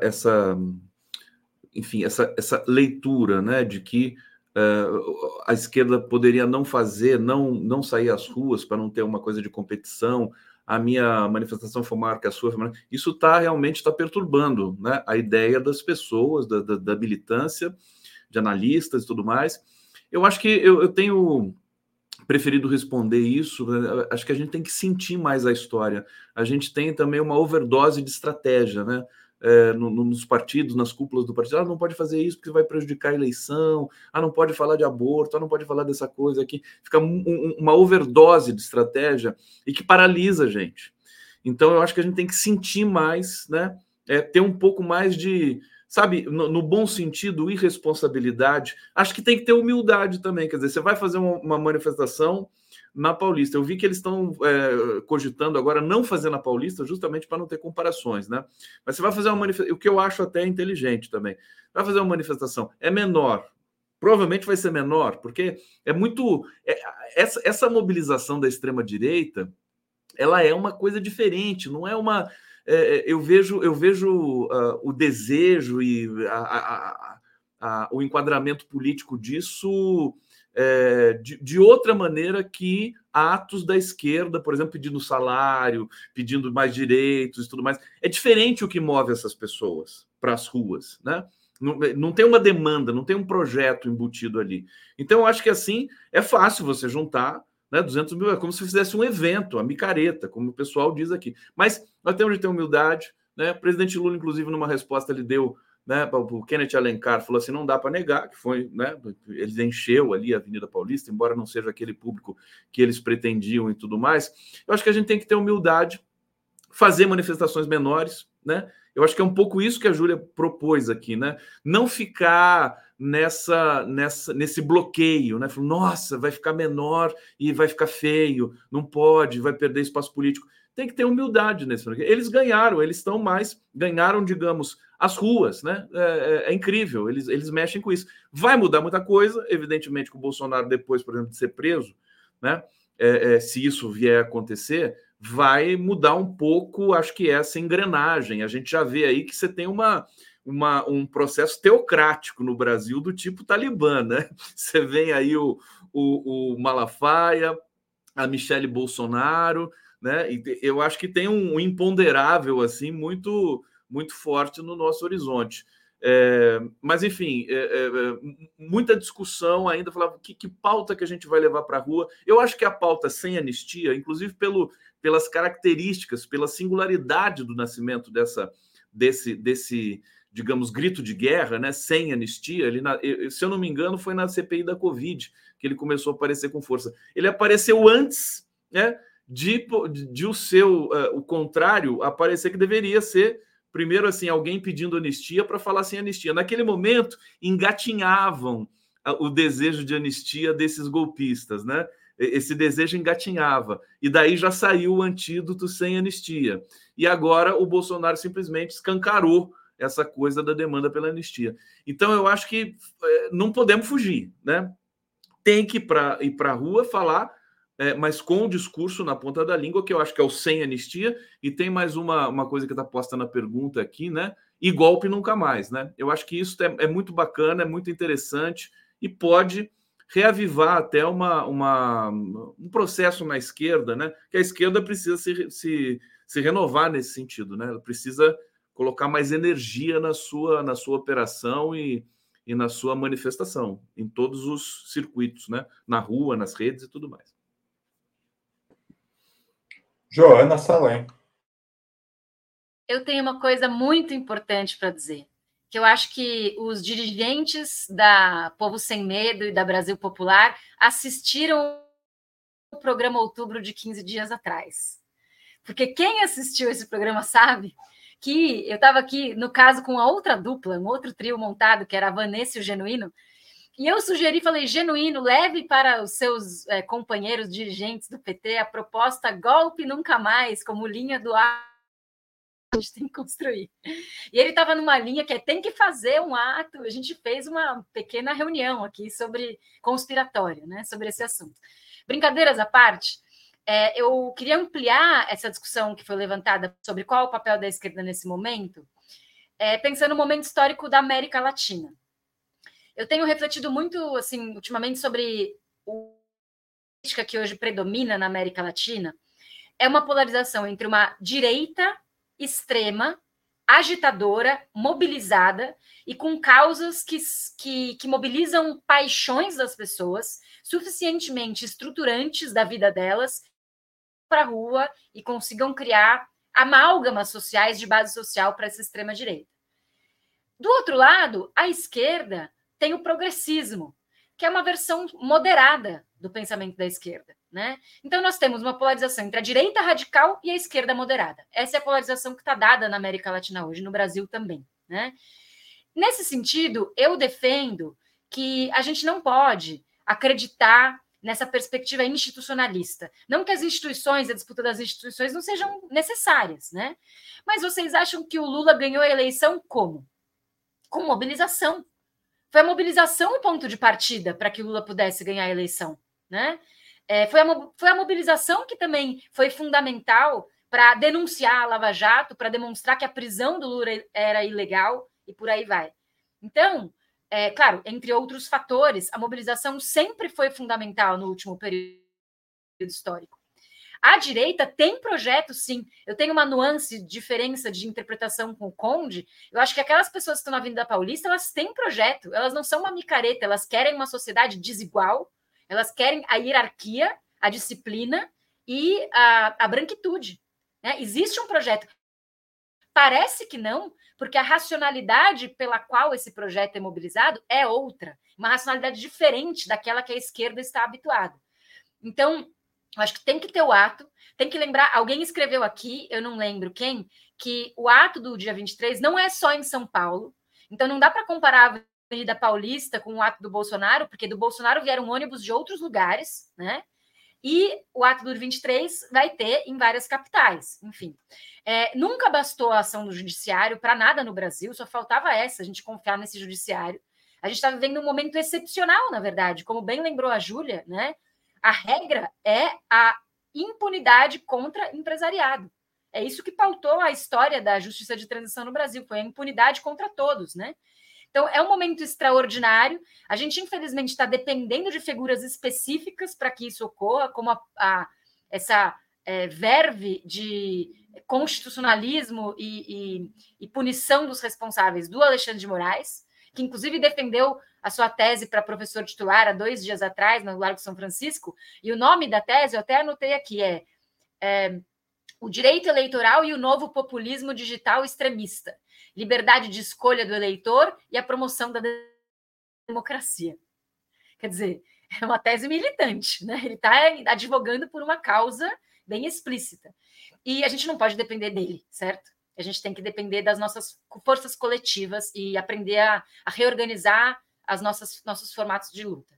leitura, de que a esquerda poderia não sair às ruas para não ter uma coisa de competição, a minha manifestação foi maior que a sua, isso realmente está perturbando, a ideia das pessoas, da militância, de analistas e tudo mais. Eu acho que eu tenho preferido responder isso, acho que a gente tem que sentir mais a história. A gente tem também uma overdose de estratégia, nos partidos, nas cúpulas do partido. Não pode fazer isso porque vai prejudicar a eleição, não pode falar de aborto, não pode falar dessa coisa aqui. Fica uma overdose de estratégia e que paralisa a gente. Então, eu acho que a gente tem que sentir mais, ter um pouco mais de, sabe, no bom sentido, irresponsabilidade. Acho que tem que ter humildade também. Quer dizer, você vai fazer uma manifestação na Paulista. Eu vi que eles estão cogitando agora não fazer na Paulista, justamente para não ter comparações, Mas você vai fazer uma manifestação, o que eu acho até inteligente também. Vai fazer uma manifestação, é menor. Provavelmente vai ser menor, porque é muito... essa mobilização da extrema-direita, ela é uma coisa diferente, não é uma... eu vejo o desejo e o enquadramento político disso de outra maneira que atos da esquerda, por exemplo, pedindo salário, pedindo mais direitos e tudo mais. É diferente o que move essas pessoas para as ruas, Não tem uma demanda, não tem um projeto embutido ali. Então, eu acho que assim é fácil você juntar 200 mil, é como se fizesse um evento, a micareta, como o pessoal diz aqui. Mas nós temos de ter humildade. O presidente Lula, inclusive, numa resposta, ele deu né? O Kenneth Alencar falou assim, não dá para negar que foi, né? Eles encheu ali a Avenida Paulista, embora não seja aquele público que eles pretendiam e tudo mais. Eu acho que a gente tem que ter humildade, fazer manifestações menores, né? Eu acho que é um pouco isso que a Júlia propôs aqui, né? Não ficar nesse bloqueio, né? Nossa, vai ficar menor e vai ficar feio, não pode, vai perder espaço político. Tem que ter humildade nesse. Eles ganharam, eles estão mais, ganharam, digamos, as ruas, né? É incrível, eles mexem com isso. Vai mudar muita coisa, evidentemente, com o Bolsonaro depois, por exemplo, de ser preso, né? Se isso vier a acontecer, vai mudar um pouco, acho que essa engrenagem. A gente já vê aí que você tem um processo teocrático no Brasil do tipo Talibã, né? Você vem aí o Malafaia, a Michele Bolsonaro, né? E eu acho que tem um imponderável assim muito, muito forte no nosso horizonte. Mas, enfim, muita discussão ainda, falava que pauta que a gente vai levar para a rua. Eu acho que a pauta sem anistia, inclusive pelas características, pela singularidade do nascimento desse, digamos, grito de guerra, né, sem anistia, se eu não me engano, foi na CPI da Covid que ele começou a aparecer com força. Ele apareceu antes, né, de o contrário aparecer, que deveria ser primeiro, assim, alguém pedindo anistia para falar sem anistia. Naquele momento, engatinhavam o desejo de anistia desses golpistas, né? Esse desejo engatinhava. E daí já saiu o antídoto sem anistia. E agora o Bolsonaro simplesmente escancarou essa coisa da demanda pela anistia. Então, eu acho que não podemos fugir, né? Tem que ir para a rua falar, mas com o discurso na ponta da língua, que eu acho que é o sem anistia. E tem mais uma coisa que está posta na pergunta aqui, né? E golpe nunca mais, né? Eu acho que isso é muito bacana, é muito interessante e pode reavivar até um processo na esquerda, né? Que a esquerda precisa se renovar nesse sentido, né? Ela precisa colocar mais energia na sua operação e na sua manifestação, em todos os circuitos, né? Na rua, nas redes e tudo mais. Joana Salem. Eu tenho uma coisa muito importante para dizer, que eu acho que os dirigentes da Povo Sem Medo e da Brasil Popular assistiram o programa Outubro de 15 dias atrás. Porque quem assistiu esse programa sabe que eu estava aqui, no caso, com a outra dupla, um outro trio montado, que era a Vanessa e o Genuíno, e eu sugeri, falei, Genuíno, leve para os seus companheiros dirigentes do PT a proposta Golpe Nunca Mais, como linha do ar a gente tem que construir. E ele estava numa linha que tem que fazer um ato. A gente fez uma pequena reunião aqui sobre conspiratório, né, sobre esse assunto. Brincadeiras à parte, eu queria ampliar essa discussão que foi levantada sobre qual é o papel da esquerda nesse momento, pensando no momento histórico da América Latina. Eu tenho refletido muito, assim, ultimamente sobre a política que hoje predomina na América Latina. É uma polarização entre uma direita extrema, agitadora, mobilizada e com causas que mobilizam paixões das pessoas suficientemente estruturantes da vida delas para a rua e consigam criar amálgamas sociais de base social para essa extrema-direita. Do outro lado, a esquerda tem o progressismo, que é uma versão moderada do pensamento da esquerda, né? Então, nós temos uma polarização entre a direita radical e a esquerda moderada. Essa é a polarização que está dada na América Latina hoje, no Brasil também, né? Nesse sentido, eu defendo que a gente não pode acreditar nessa perspectiva institucionalista. Não que as instituições, a disputa das instituições não sejam necessárias, né? Mas vocês acham que o Lula ganhou a eleição como? Com mobilização. Foi a mobilização o ponto de partida para que Lula pudesse ganhar a eleição, né? Foi a mobilização que também foi fundamental para denunciar a Lava Jato, para demonstrar que a prisão do Lula era ilegal e por aí vai. Então, claro, entre outros fatores, a mobilização sempre foi fundamental no último período histórico. A direita tem projeto, sim. Eu tenho uma nuance, diferença de interpretação com o Conde. Eu acho que aquelas pessoas que estão na Avenida Paulista, elas têm projeto. Elas não são uma micareta, elas querem uma sociedade desigual, elas querem a hierarquia, a disciplina e a branquitude, né? Existe um projeto. Parece que não, porque a racionalidade pela qual esse projeto é mobilizado é outra, uma racionalidade diferente daquela que a esquerda está habituada. Então, eu acho que tem que ter o ato, tem que lembrar, alguém escreveu aqui, eu não lembro quem, que o ato do dia 23 não é só em São Paulo, então não dá para comparar a Avenida Paulista com o ato do Bolsonaro, porque do Bolsonaro vieram ônibus de outros lugares, né? E o ato do 23 vai ter em várias capitais, enfim. Nunca bastou a ação do judiciário para nada no Brasil, só faltava essa, a gente confiar nesse judiciário. A gente está vivendo um momento excepcional, na verdade, como bem lembrou a Júlia, né? A regra é a impunidade contra empresariado. É isso que pautou a história da justiça de transição no Brasil, foi a impunidade contra todos, né? Então, é um momento extraordinário. A gente, infelizmente, está dependendo de figuras específicas para que isso ocorra, como essa verve de constitucionalismo e punição dos responsáveis do Alexandre de Moraes, que, inclusive, defendeu a sua tese para professor titular há 2 dias atrás, no Largo São Francisco. E o nome da tese, eu até anotei aqui, O Direito Eleitoral e o Novo Populismo Digital Extremista. Liberdade de escolha do eleitor e a promoção da democracia. Quer dizer, é uma tese militante, né? Ele está advogando por uma causa bem explícita. E a gente não pode depender dele, certo? A gente tem que depender das nossas forças coletivas e aprender a reorganizar nossos formatos de luta.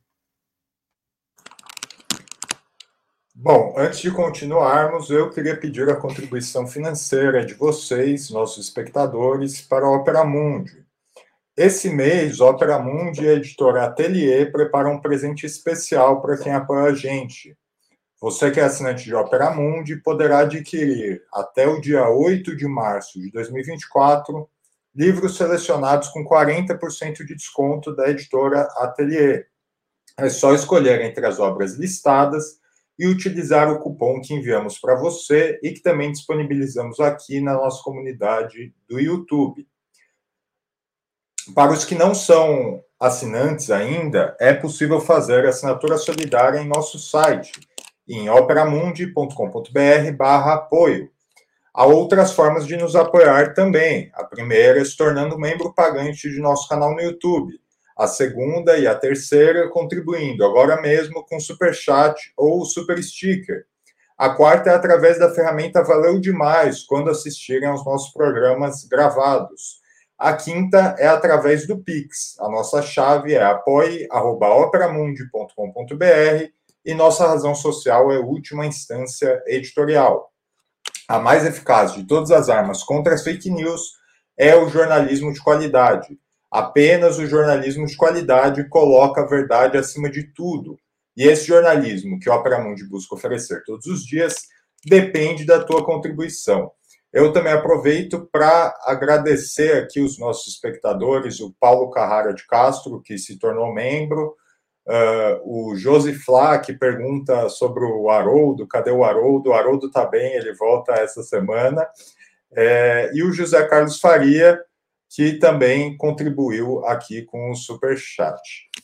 Bom, antes de continuarmos, eu queria pedir a contribuição financeira de vocês, nossos espectadores, para a Opera Mundi. Esse mês, Opera Mundi e a editora Atelier preparam um presente especial para quem apoia a gente. Você que é assinante de Opera Mundi poderá adquirir, até o dia 8 de março de 2024, livros selecionados com 40% de desconto da editora Atelier. É só escolher entre as obras listadas e utilizar o cupom que enviamos para você e que também disponibilizamos aqui na nossa comunidade do YouTube. Para os que não são assinantes ainda, é possível fazer assinatura solidária em nosso site, em operamundi.com.br/apoio. Há outras formas de nos apoiar também. A primeira é se tornando membro pagante de nosso canal no YouTube. A segunda e a terceira contribuindo agora mesmo com Superchat ou Super Sticker. A quarta é através da ferramenta Valeu Demais, quando assistirem aos nossos programas gravados. A quinta é através do Pix. A nossa chave é apoie@operamundi.com.br e nossa razão social é última instância editorial. A mais eficaz de todas as armas contra as fake news é o jornalismo de qualidade. Apenas o jornalismo de qualidade coloca a verdade acima de tudo. E esse jornalismo que o Opera Mundi busca oferecer todos os dias depende da tua contribuição. Eu também aproveito para agradecer aqui os nossos espectadores, o Paulo Carrara de Castro, que se tornou membro, o Josiflá, que pergunta sobre o Haroldo, cadê o Haroldo? O Haroldo está bem, ele volta essa semana. E o José Carlos Faria, que também contribuiu aqui com o Superchat.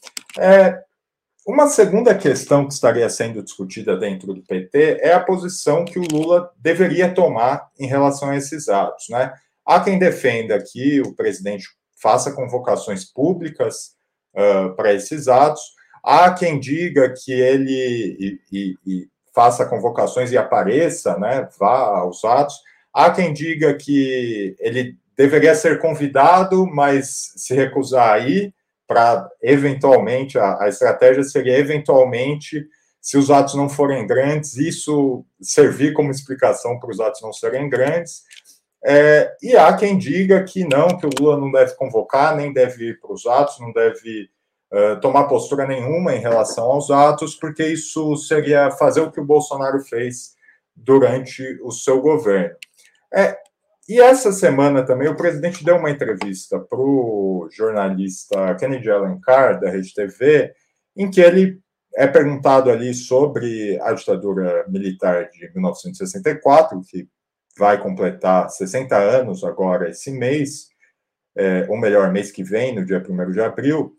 Uma segunda questão que estaria sendo discutida dentro do PT é a posição que o Lula deveria tomar em relação a esses atos, né? Há quem defenda que o presidente faça convocações públicas para esses atos, há quem diga que ele faça convocações e apareça, né, vá aos atos, há quem diga que ele deveria ser convidado, mas se recusar a ir, para eventualmente, a estratégia seria eventualmente, se os atos não forem grandes, isso servir como explicação para os atos não serem grandes. E há quem diga que não, que o Lula não deve convocar, nem deve ir para os atos, não deve tomar postura nenhuma em relação aos atos, porque isso seria fazer o que o Bolsonaro fez durante o seu governo. E essa semana também o presidente deu uma entrevista para o jornalista Kennedy Alencar, da Rede TV, em que ele é perguntado ali sobre a ditadura militar de 1964, que vai completar 60 anos agora esse mês, ou melhor, mês que vem, no dia 1º de abril,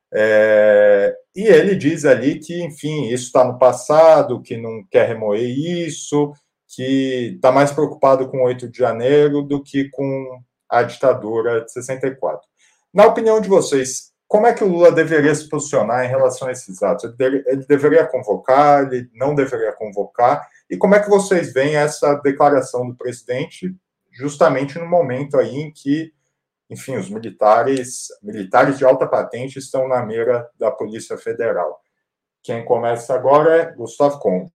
e ele diz ali que, enfim, isso está no passado, que não quer remoer isso, que está mais preocupado com o 8 de janeiro do que com a ditadura de 64. Na opinião de vocês, como é que o Lula deveria se posicionar em relação a esses atos? Ele deveria convocar, ele não deveria convocar? E como é que vocês veem essa declaração do presidente justamente no momento aí em que, enfim, os militares de alta patente estão na mira da Polícia Federal? Quem começa agora é Gustavo Conde.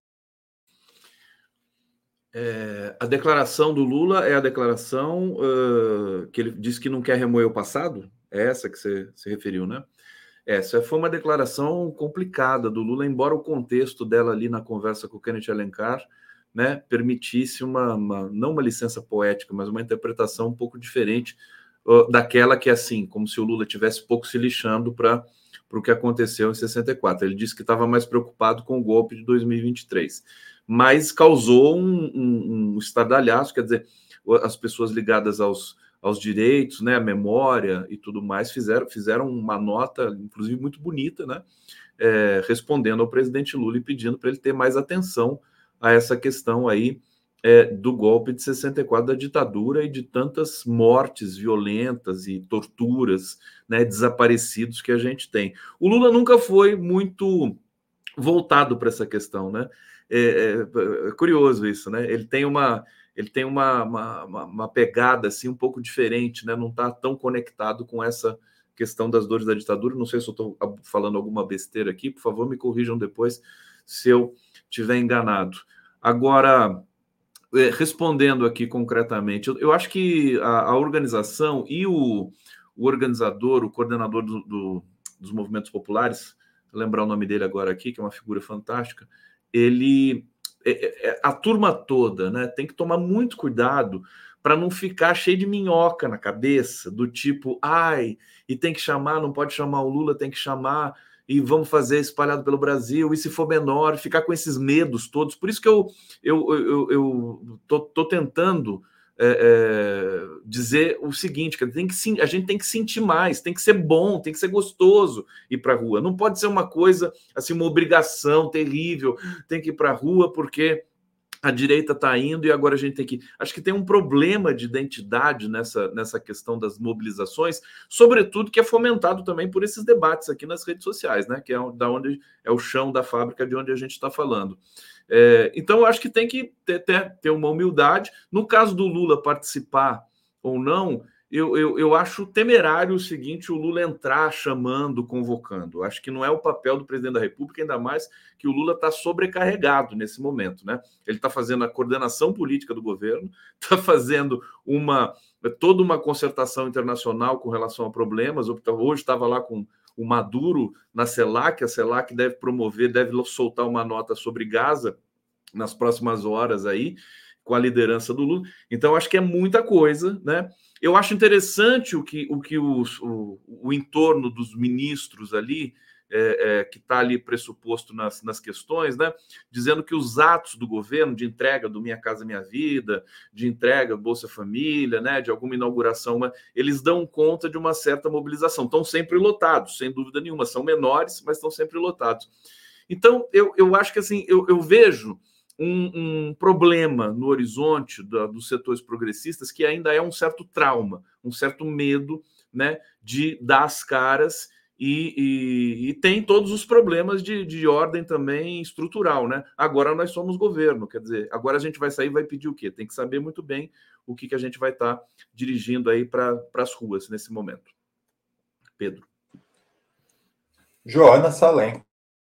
A declaração do Lula é a declaração que ele disse que não quer remoer o passado? É essa que você se referiu, né? Essa foi uma declaração complicada do Lula, embora o contexto dela ali na conversa com o Kenneth Alencar, né, permitisse não uma licença poética, mas uma interpretação um pouco diferente daquela que é assim, como se o Lula tivesse pouco se lixando para o que aconteceu em 64. Ele disse que estava mais preocupado com o golpe de 2023. Mas causou um estardalhaço, quer dizer, as pessoas ligadas aos direitos, né, a memória e tudo mais, fizeram uma nota, inclusive muito bonita, né, respondendo ao presidente Lula e pedindo para ele ter mais atenção a essa questão aí do golpe de 64, da ditadura e de tantas mortes violentas e torturas, né, desaparecidos que a gente tem. O Lula nunca foi muito voltado para essa questão, né? É curioso isso, né? Ele tem uma pegada assim um pouco diferente, né? Não está tão conectado com essa questão das dores da ditadura. Não sei se eu estou falando alguma besteira aqui, por favor, me corrijam depois se eu estiver enganado. Agora, respondendo aqui concretamente, eu acho que a organização e o organizador, o coordenador dos movimentos populares, vou lembrar o nome dele agora aqui, que é uma figura fantástica, a turma toda, né, tem que tomar muito cuidado para não ficar cheio de minhoca na cabeça, do tipo, e tem que chamar, não pode chamar o Lula, tem que chamar, e vamos fazer espalhado pelo Brasil, e se for menor, ficar com esses medos todos. Por isso que eu tô tentando dizer o seguinte, que a gente tem que sentir mais, tem que ser bom, tem que ser gostoso ir para a rua. Não pode ser uma coisa, assim, uma obrigação terrível, tem que ir para a rua porque a direita está indo e agora a gente tem que... Acho que tem um problema de identidade nessa questão das mobilizações, sobretudo que é fomentado também por esses debates aqui nas redes sociais, né? Que é da onde é o chão da fábrica de onde a gente está falando. Então, eu acho que tem que ter uma humildade. No caso do Lula participar ou não, eu acho temerário o seguinte, o Lula entrar chamando, convocando. Acho que não é o papel do presidente da República, ainda mais que o Lula está sobrecarregado nesse momento, né? Ele está fazendo a coordenação política do governo, está fazendo toda uma concertação internacional com relação a problemas. Hoje estava lá com o Maduro na CELAC, a CELAC deve soltar uma nota sobre Gaza nas próximas horas aí, com a liderança do Lula. Então, acho que é muita coisa, né? Eu acho interessante o que o entorno dos ministros ali, que está ali pressuposto nas questões, né? Dizendo que os atos do governo de entrega do Minha Casa Minha Vida, de entrega do Bolsa Família, né? De alguma inauguração, eles dão conta de uma certa mobilização. Estão sempre lotados, sem dúvida nenhuma. São menores, mas estão sempre lotados. Então, eu acho que assim, eu vejo um problema no horizonte dos setores progressistas que ainda é um certo trauma, um certo medo, né, de dar as caras e tem todos os problemas de ordem também estrutural, né? Agora nós somos governo, quer dizer, agora a gente vai sair e vai pedir o quê? Tem que saber muito bem o que a gente vai estar dirigindo aí para as ruas nesse momento. Pedro. Joana Salem.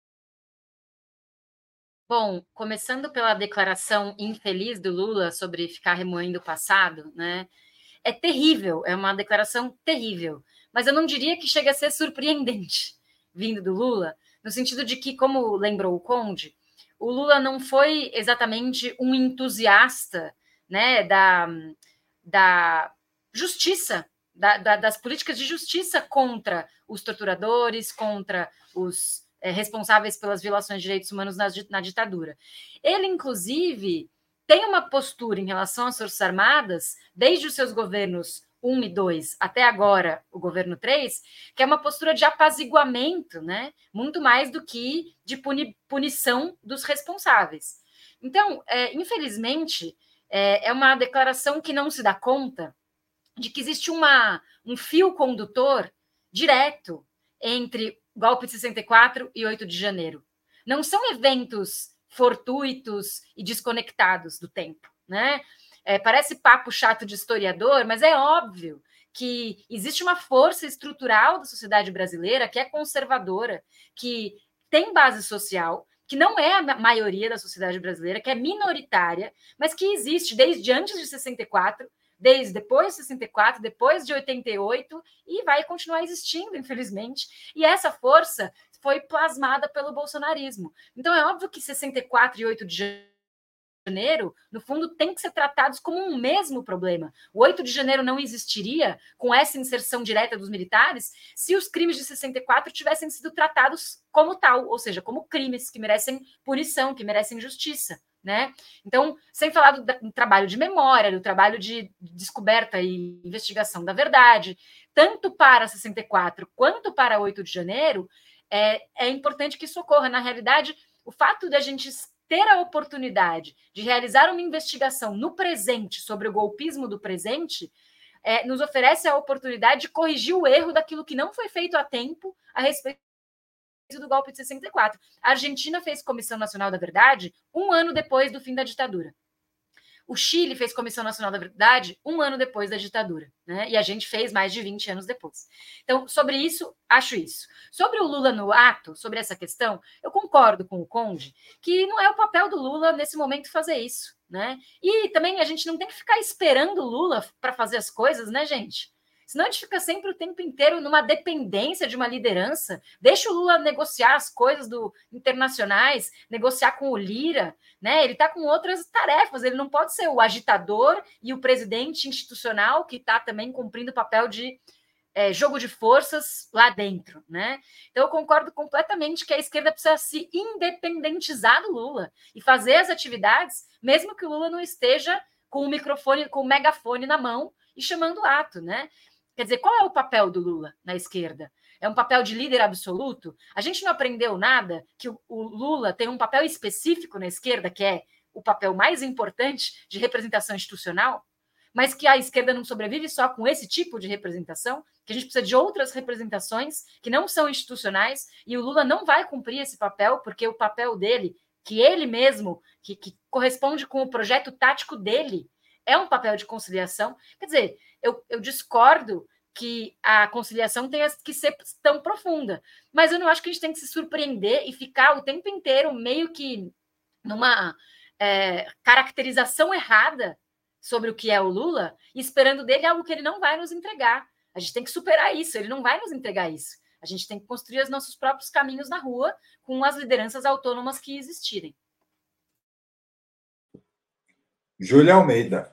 Bom, começando pela declaração infeliz do Lula sobre ficar remoendo o passado, né? É terrível, é uma declaração terrível, mas eu não diria que chega a ser surpreendente vindo do Lula, no sentido de que, como lembrou o Conde, o Lula não foi exatamente um entusiasta, né, da justiça, das políticas de justiça contra os torturadores, contra os responsáveis pelas violações de direitos humanos na ditadura. Ele, inclusive, tem uma postura em relação às Forças Armadas, desde os seus governos 1 e 2 até agora o governo 3, que é uma postura de apaziguamento, né? Muito mais do que de punição dos responsáveis. Então, infelizmente, é uma declaração que não se dá conta de que existe um fio condutor direto entre golpe de 64 e 8 de janeiro. Não são eventos fortuitos e desconectados do tempo, né? Parece papo chato de historiador, mas é óbvio que existe uma força estrutural da sociedade brasileira que é conservadora, que tem base social, que não é a maioria da sociedade brasileira, que é minoritária, mas que existe desde antes de 64, desde depois de 64, depois de 88, e vai continuar existindo, infelizmente. E essa força foi plasmada pelo bolsonarismo. Então, é óbvio que 64 e 8 de janeiro, no fundo, tem que ser tratados como um mesmo problema. O 8 de janeiro não existiria com essa inserção direta dos militares se os crimes de 64 tivessem sido tratados como tal, ou seja, como crimes que merecem punição, que merecem justiça, né? Então, sem falar do trabalho de memória, do trabalho de descoberta e investigação da verdade, tanto para 64 quanto para 8 de janeiro, é importante que isso ocorra. Na realidade, o fato de a gente ter a oportunidade de realizar uma investigação no presente sobre o golpismo do presente nos oferece a oportunidade de corrigir o erro daquilo que não foi feito a tempo a respeito do golpe de 64. A Argentina fez Comissão Nacional da Verdade 1 ano depois do fim da ditadura. O Chile fez Comissão Nacional da Verdade 1 ano depois da ditadura, né? E a gente fez mais de 20 anos depois. Então, sobre isso, acho isso. Sobre o Lula no ato, sobre essa questão, eu concordo com o Conde que não é o papel do Lula nesse momento fazer isso, né? E também a gente não tem que ficar esperando o Lula para fazer as coisas, né, gente? Senão a gente fica sempre o tempo inteiro numa dependência de uma liderança. Deixa o Lula negociar as coisas internacionais, negociar com o Lira, né? Ele está com outras tarefas, ele não pode ser o agitador e o presidente institucional que está também cumprindo o papel de jogo de forças lá dentro, né? Então eu concordo completamente que a esquerda precisa se independentizar do Lula e fazer as atividades, mesmo que o Lula não esteja com o microfone, com o megafone na mão e chamando o ato, né? Quer dizer, qual é o papel do Lula na esquerda? É um papel de líder absoluto? A gente não aprendeu nada que o Lula tem um papel específico na esquerda, que é o papel mais importante de representação institucional, mas que a esquerda não sobrevive só com esse tipo de representação, que a gente precisa de outras representações que não são institucionais, e o Lula não vai cumprir esse papel, porque o papel dele, que ele mesmo, que corresponde com o projeto tático dele, é um papel de conciliação. Quer dizer, eu discordo que a conciliação tenha que ser tão profunda, mas eu não acho que a gente tem que se surpreender e ficar o tempo inteiro meio que numa caracterização errada sobre o que é o Lula, esperando dele algo que ele não vai nos entregar. A gente tem que superar isso, ele não vai nos entregar isso. A gente tem que construir os nossos próprios caminhos na rua com as lideranças autônomas que existirem. Júlia Almeida.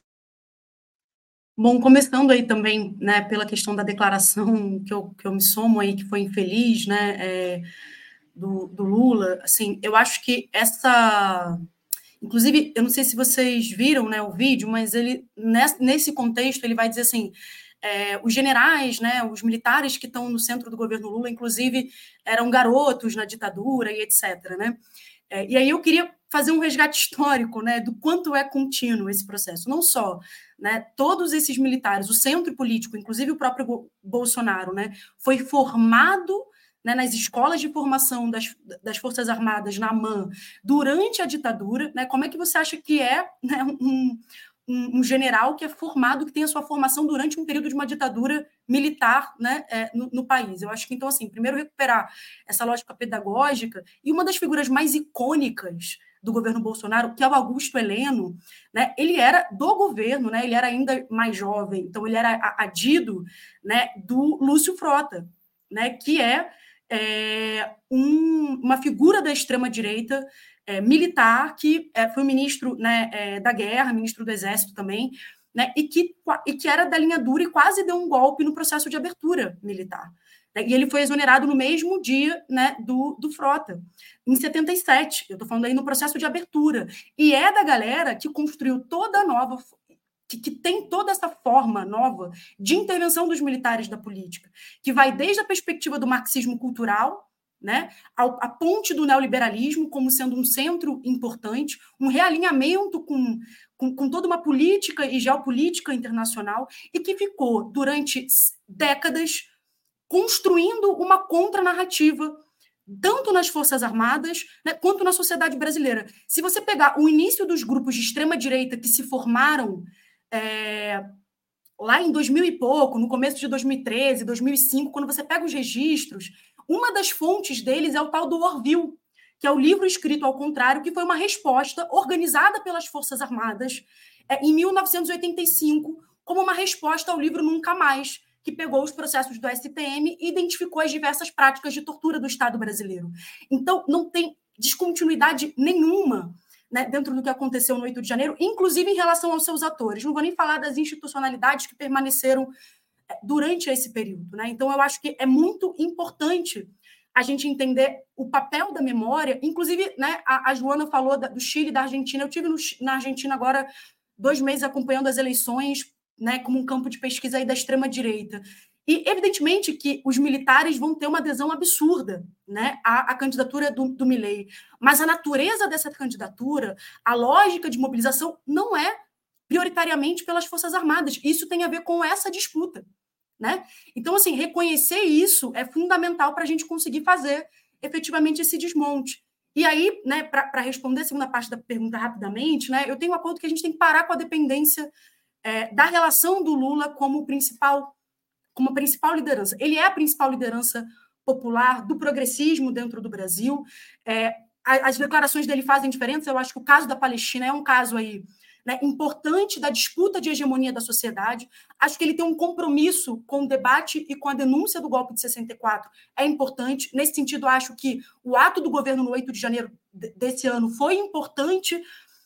Bom, começando aí também, né, pela questão da declaração que eu me somo aí, que foi infeliz, né, do Lula, assim, eu acho que essa... Inclusive, eu não sei se vocês viram, né, o vídeo, mas ele, nesse contexto, ele vai dizer assim, os generais, né, os militares que estão no centro do governo Lula, inclusive, eram garotos na ditadura e etc., né? E aí eu queria fazer um resgate histórico, né, do quanto é contínuo esse processo. Não só, né, todos esses militares, o centro político, inclusive o próprio Bolsonaro, né, foi formado, né, nas escolas de formação das Forças Armadas, na AMAN, durante a ditadura. Né, como é que você acha que é, né, um general que é formado, que tem a sua formação durante um período de uma ditadura militar, né, no país? Eu acho que, então, assim, primeiro recuperar essa lógica pedagógica, e uma das figuras mais icônicas do governo Bolsonaro, que é o Augusto Heleno, né, ele era do governo, né, ele era ainda mais jovem, então ele era adido, né, do Lúcio Frota, né, que uma figura da extrema-direita militar, que foi ministro, né, da guerra, ministro do Exército também, né, e que era da linha dura e quase deu um golpe no processo de abertura militar. Né, e ele foi exonerado no mesmo dia, né, do Frota, em 77. Eu estou falando aí no processo de abertura. E é da galera que construiu toda a nova... que tem toda essa forma nova de intervenção dos militares da política, que vai desde a perspectiva do marxismo cultural, né, a ponte do neoliberalismo como sendo um centro importante, um realinhamento com toda uma política e geopolítica internacional, e que ficou, durante décadas, construindo uma contranarrativa, tanto nas Forças Armadas, né, quanto na sociedade brasileira. Se você pegar o início dos grupos de extrema-direita que se formaram lá em 2000 e pouco, no começo de 2013, 2005, quando você pega os registros, uma das fontes deles é o tal do Orville, que é o livro escrito ao contrário, que foi uma resposta organizada pelas Forças Armadas em 1985, como uma resposta ao livro Nunca Mais, que pegou os processos do STM e identificou as diversas práticas de tortura do Estado brasileiro. Então, não tem descontinuidade nenhuma, né, dentro do que aconteceu no 8 de janeiro, inclusive em relação aos seus atores. Não vou nem falar das institucionalidades que permaneceram durante esse período, né? Então, eu acho que é muito importante a gente entender o papel da memória. Inclusive, né, a Joana falou do Chile e da Argentina. Eu estive na Argentina agora 2 meses acompanhando as eleições, né, como um campo de pesquisa aí da extrema-direita. E, evidentemente, que os militares vão ter uma adesão absurda, né, à candidatura do Milei. Mas a natureza dessa candidatura, a lógica de mobilização, não é prioritariamente pelas Forças Armadas. Isso tem a ver com essa disputa, né? Então, assim, reconhecer isso é fundamental para a gente conseguir fazer efetivamente esse desmonte. E aí, né, para responder a segunda parte da pergunta rapidamente, né, eu tenho um acordo que a gente tem que parar com a dependência da relação do Lula como principal liderança. Ele é a principal liderança popular do progressismo dentro do Brasil. As declarações dele fazem diferença. Eu acho que o caso da Palestina é um caso aí, né, importante da disputa de hegemonia da sociedade. Acho que ele tem um compromisso com o debate e com a denúncia do golpe de 64. É importante. Nesse sentido, acho que o ato do governo no 8 de janeiro desse ano foi importante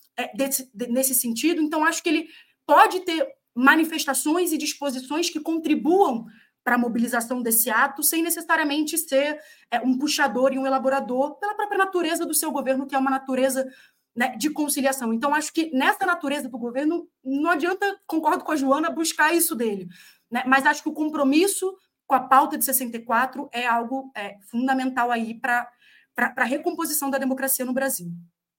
nesse sentido. Então, acho que ele pode ter manifestações e disposições que contribuam para a mobilização desse ato, sem necessariamente ser um puxador e um elaborador, pela própria natureza do seu governo, que é uma natureza, né, de conciliação. Então, acho que nessa natureza do governo, não adianta, concordo com a Joana, buscar isso dele, né? Mas acho que o compromisso com a pauta de 64 é algo fundamental aí para a recomposição da democracia no Brasil.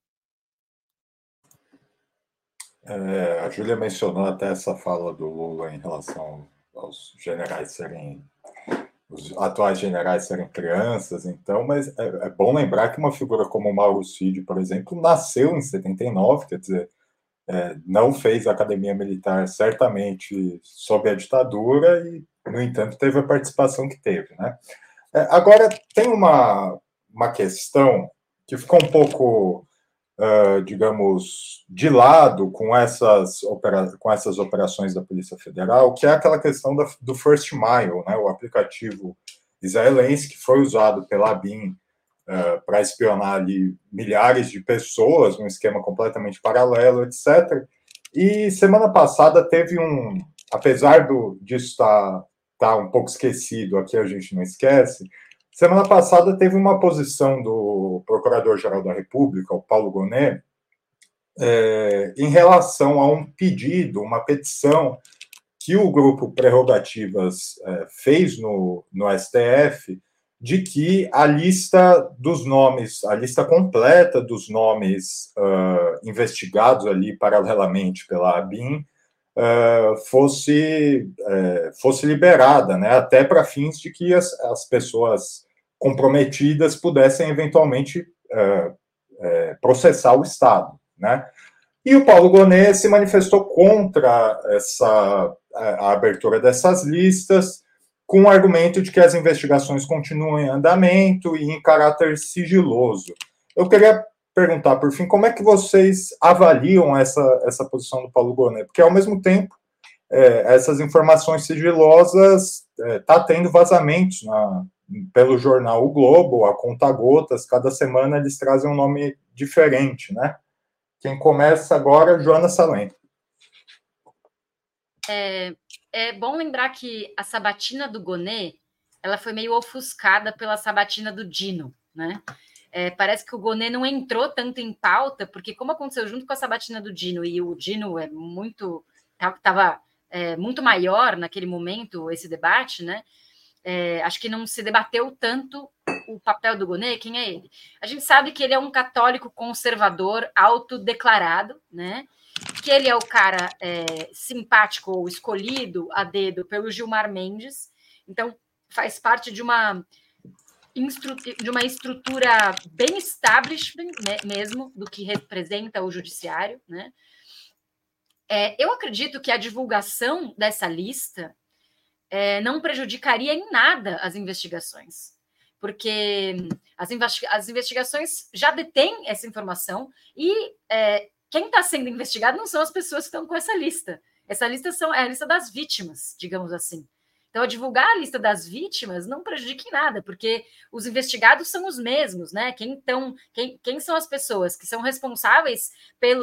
A Júlia mencionou até essa fala do Lula em relação aos generais os atuais generais serem crianças, então, mas é bom lembrar que uma figura como o Mauro Cid, por exemplo, nasceu em 79, quer dizer, não fez academia militar certamente sob a ditadura e, no entanto, teve a participação que teve, né? Agora, tem uma questão que ficou um pouco, digamos, de lado com essas operações da Polícia Federal, que é aquela questão do First Mile, né, o aplicativo israelense que foi usado pela ABIN para espionar ali milhares de pessoas, num esquema completamente paralelo, etc. E semana passada teve apesar disso estar um pouco esquecido, aqui a gente não esquece, semana passada teve uma posição do Procurador-Geral da República, o Paulo Gonet, em relação a um pedido, uma petição que o Grupo Prerrogativas fez no STF, de que a lista dos nomes, a lista completa dos nomes investigados ali paralelamente pela ABIN fosse liberada, né, até para fins de que as pessoas comprometidas pudessem eventualmente processar o Estado, né? E o Paulo Gonet se manifestou contra a abertura dessas listas, com o argumento de que as investigações continuam em andamento e em caráter sigiloso. Eu queria perguntar, por fim, como é que vocês avaliam essa posição do Paulo Gonet? Porque, ao mesmo tempo, essas informações sigilosas tá tendo vazamentos pelo jornal O Globo, a conta-gotas, cada semana eles trazem um nome diferente, né? Quem começa agora, Joana Salem. É bom lembrar que a sabatina do Gonet, ela foi meio ofuscada pela sabatina do Dino, né? Parece que o Gonet não entrou tanto em pauta, porque como aconteceu junto com a sabatina do Dino, e o Dino estava muito maior naquele momento, esse debate, né? Acho que não se debateu tanto o papel do Gonê, quem é ele? A gente sabe que ele é um católico conservador autodeclarado, né? Que ele é o cara simpático ou escolhido a dedo pelo Gilmar Mendes, então faz parte de uma estrutura bem establishment, né, mesmo, do que representa o judiciário, né? Eu acredito que a divulgação dessa lista não prejudicaria em nada as investigações, porque as investigações já detêm essa informação e quem está sendo investigado não são as pessoas que estão com essa lista. Essa lista é a lista das vítimas, digamos assim. Então, divulgar a lista das vítimas não prejudica em nada, porque os investigados são os mesmos, né? Quem são as pessoas que são responsáveis pelo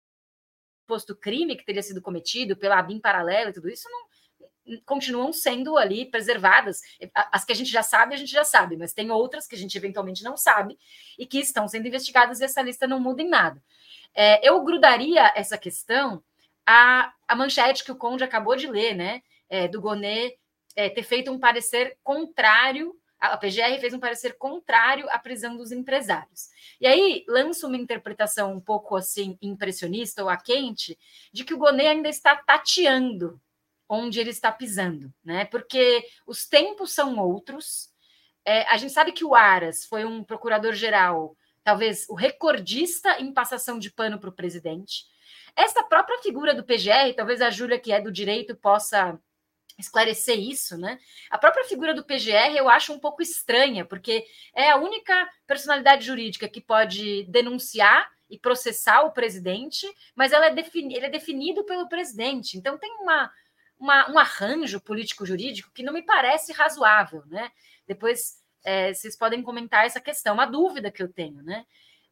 suposto crime que teria sido cometido, pela ABIN paralela e tudo isso, não continuam sendo ali preservadas. As que a gente já sabe, mas tem outras que a gente eventualmente não sabe e que estão sendo investigadas e essa lista não muda em nada. Eu grudaria essa questão à manchete que o Conde acabou de ler, né? Do Gonê ter feito um parecer contrário, a PGR fez um parecer contrário à prisão dos empresários. E aí lança uma interpretação um pouco assim impressionista ou a quente de que o Gonê ainda está tateando onde ele está pisando, né? Porque os tempos são outros. A gente sabe que o Aras foi um procurador-geral, talvez o recordista em passação de pano para o presidente. Esta própria figura do PGR, talvez a Júlia, que é do direito, possa esclarecer isso, né? A própria figura do PGR eu acho um pouco estranha, porque é a única personalidade jurídica que pode denunciar e processar o presidente, mas ele é definido pelo presidente. Então tem um arranjo político-jurídico que não me parece razoável, né? Depois vocês podem comentar essa questão, uma dúvida que eu tenho, né?